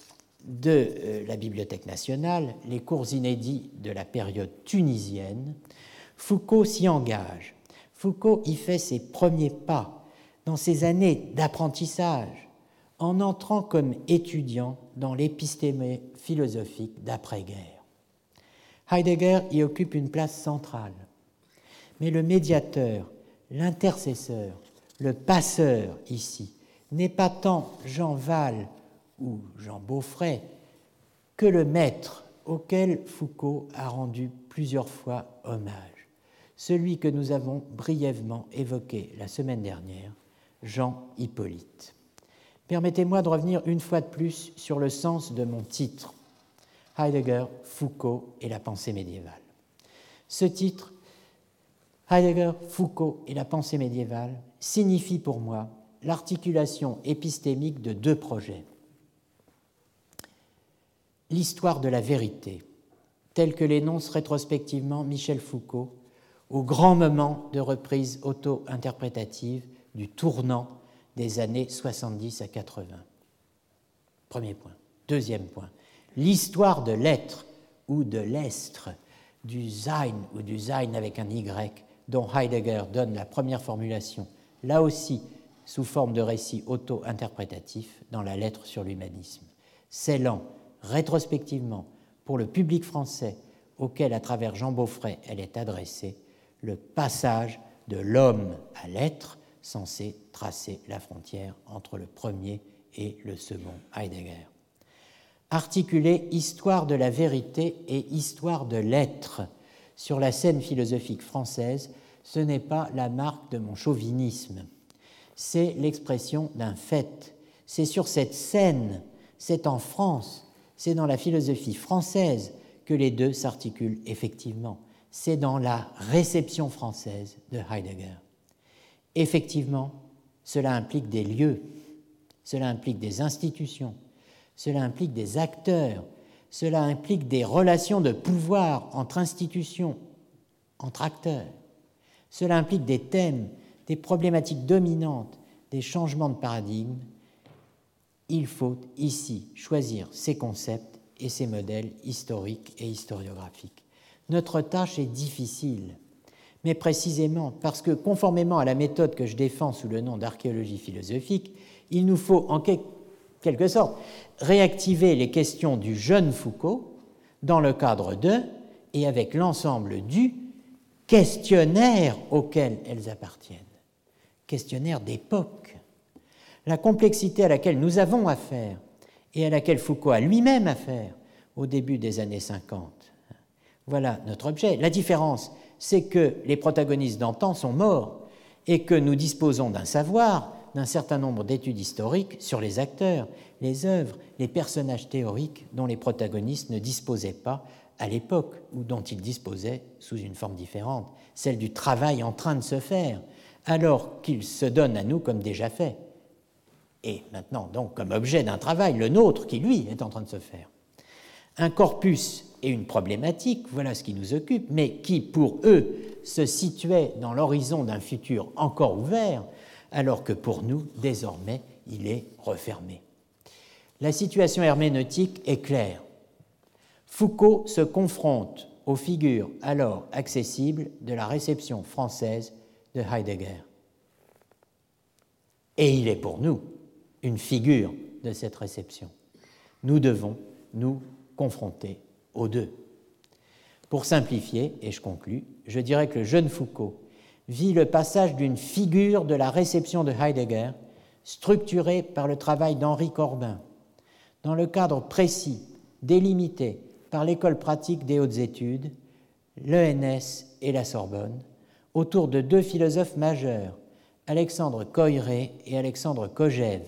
de euh, la Bibliothèque nationale, les cours inédits de la période tunisienne, Foucault s'y engage. Foucault y fait ses premiers pas dans ses années d'apprentissage, en entrant comme étudiant dans l'épistémé philosophique d'après-guerre. Heidegger y occupe une place centrale, mais le médiateur, l'intercesseur, le passeur ici, n'est pas tant Jean Val ou Jean Beaufray que le maître auquel Foucault a rendu plusieurs fois hommage, celui que nous avons brièvement évoqué la semaine dernière, Jean Hippolyte. Permettez-moi de revenir une fois de plus sur le sens de mon titre, Heidegger, Foucault et la pensée médiévale. Ce titre, Heidegger, Foucault et la pensée médiévale, signifie pour moi l'articulation épistémique de deux projets. L'histoire de la vérité, telle que l'énonce rétrospectivement Michel Foucault au grand moment de reprise auto-interprétative du tournant des années soixante-dix à quatre-vingts. Premier point. Deuxième point. L'histoire de l'être ou de l'estre, du Sein ou du Sein avec un Y, dont Heidegger donne la première formulation, là aussi sous forme de récit auto-interprétatif dans la lettre sur l'humanisme, scellant rétrospectivement pour le public français auquel, à travers Jean Beaufray, elle est adressée, le passage de l'homme à l'être, censé tracer la frontière entre le premier et le second Heidegger. Articuler histoire de la vérité et histoire de l'être sur la scène philosophique française, ce n'est pas la marque de mon chauvinisme, c'est l'expression d'un fait. C'est sur cette scène, c'est en France, c'est dans la philosophie française que les deux s'articulent effectivement. C'est dans la réception française de Heidegger. Effectivement, cela implique des lieux, cela implique des institutions, cela implique des acteurs, cela implique des relations de pouvoir entre institutions, entre acteurs. Cela implique des thèmes, des problématiques dominantes, des changements de paradigme. Il faut ici choisir ces concepts et ces modèles historiques et historiographiques. Notre tâche est difficile, mais précisément parce que, conformément à la méthode que je défends sous le nom d'archéologie philosophique, il nous faut en quelque sorte réactiver les questions du jeune Foucault dans le cadre de et avec l'ensemble du questionnaire auquel elles appartiennent. questionnaire d'époque. La complexité à laquelle nous avons affaire et à laquelle Foucault a lui-même affaire au début des années cinquante. Voilà notre objet. La différence, c'est que les protagonistes d'antan sont morts et que nous disposons d'un savoir, d'un certain nombre d'études historiques sur les acteurs, les œuvres, les personnages théoriques dont les protagonistes ne disposaient pas à l'époque ou dont ils disposaient sous une forme différente, celle du travail en train de se faire, alors qu'ils se donnent à nous comme déjà fait. Et maintenant, donc, comme objet d'un travail, le nôtre qui, lui, est en train de se faire. Un corpus et une problématique, voilà ce qui nous occupe, mais qui, pour eux, se situait dans l'horizon d'un futur encore ouvert, alors que pour nous, désormais, il est refermé. La situation herméneutique est claire. Foucault se confronte aux figures alors accessibles de la réception française de Heidegger. Et il est pour nous une figure de cette réception. Nous devons nous confronter aux deux. Pour simplifier, et je conclus, je dirais que le jeune Foucault vit le passage d'une figure de la réception de Heidegger structurée par le travail d'Henri Corbin, dans le cadre précis, délimité par l'École pratique des hautes études, l'E N S et la Sorbonne, autour de deux philosophes majeurs, Alexandre Koyré et Alexandre Kojève.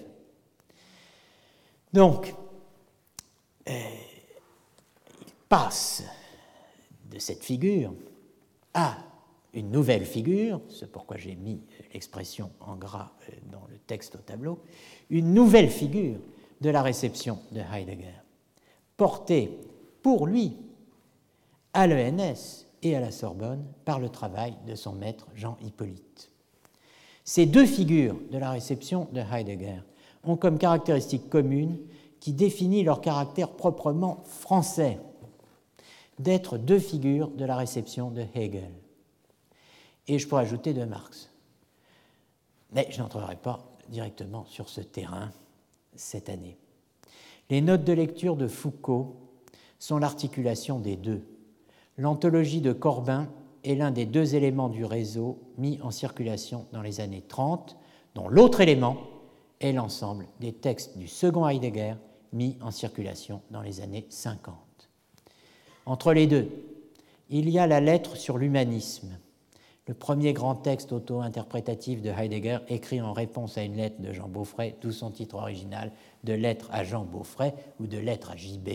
Donc, euh, il passe de cette figure à une nouvelle figure, c'est pourquoi j'ai mis l'expression en gras dans le texte au tableau, une nouvelle figure de la réception de Heidegger, portée pour lui à l'E N S et à la Sorbonne par le travail de son maître Jean Hippolyte. Ces deux figures de la réception de Heidegger ont comme caractéristique commune qui définit leur caractère proprement français, d'être deux figures de la réception de Hegel. Et je pourrais ajouter de Marx. Mais je n'entrerai pas directement sur ce terrain cette année. Les notes de lecture de Foucault sont l'articulation des deux. L'anthologie de Corbin est l'un des deux éléments du réseau mis en circulation dans les années trente, dont l'autre élément est l'ensemble des textes du second Heidegger mis en circulation dans les années cinquante. Entre les deux, il y a la lettre sur l'humanisme, le premier grand texte auto-interprétatif de Heidegger écrit en réponse à une lettre de Jean Beaufret, d'où son titre original, de lettre à Jean Beaufret ou de lettre à J B.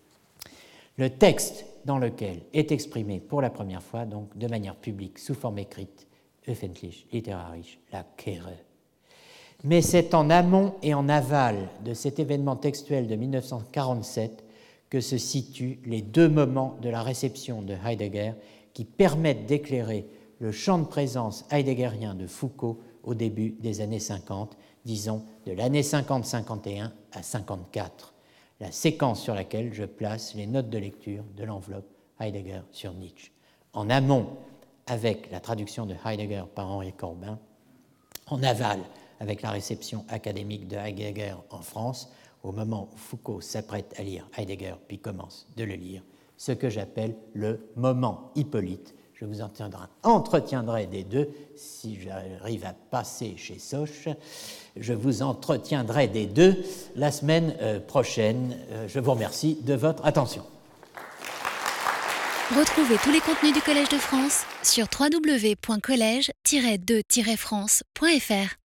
Le texte dans lequel est exprimé pour la première fois, donc de manière publique, sous forme écrite, öffentlich, literarisch, la Kehre. Mais c'est en amont et en aval de cet événement textuel de mille neuf cent quarante-sept que se situent les deux moments de la réception de Heidegger qui permettent d'éclairer le champ de présence heideggerien de Foucault au début des années cinquante, disons de l'année cinquante cinquante et un à cinquante-quatre, la séquence sur laquelle je place les notes de lecture de l'enveloppe Heidegger sur Nietzsche. En amont, avec la traduction de Heidegger par Henri Corbin, en aval, avec la réception académique de Heidegger en France, au moment où Foucault s'apprête à lire Heidegger puis commence de le lire, ce que j'appelle le moment Hippolyte. Je vous entretiendrai, entretiendrai des deux, si j'arrive à passer chez Soch, je vous entretiendrai des deux la semaine euh, prochaine. Euh, je vous remercie de votre attention. Retrouvez tous les contenus du Collège de France sur w w w point collège tiret de tiret france point f r.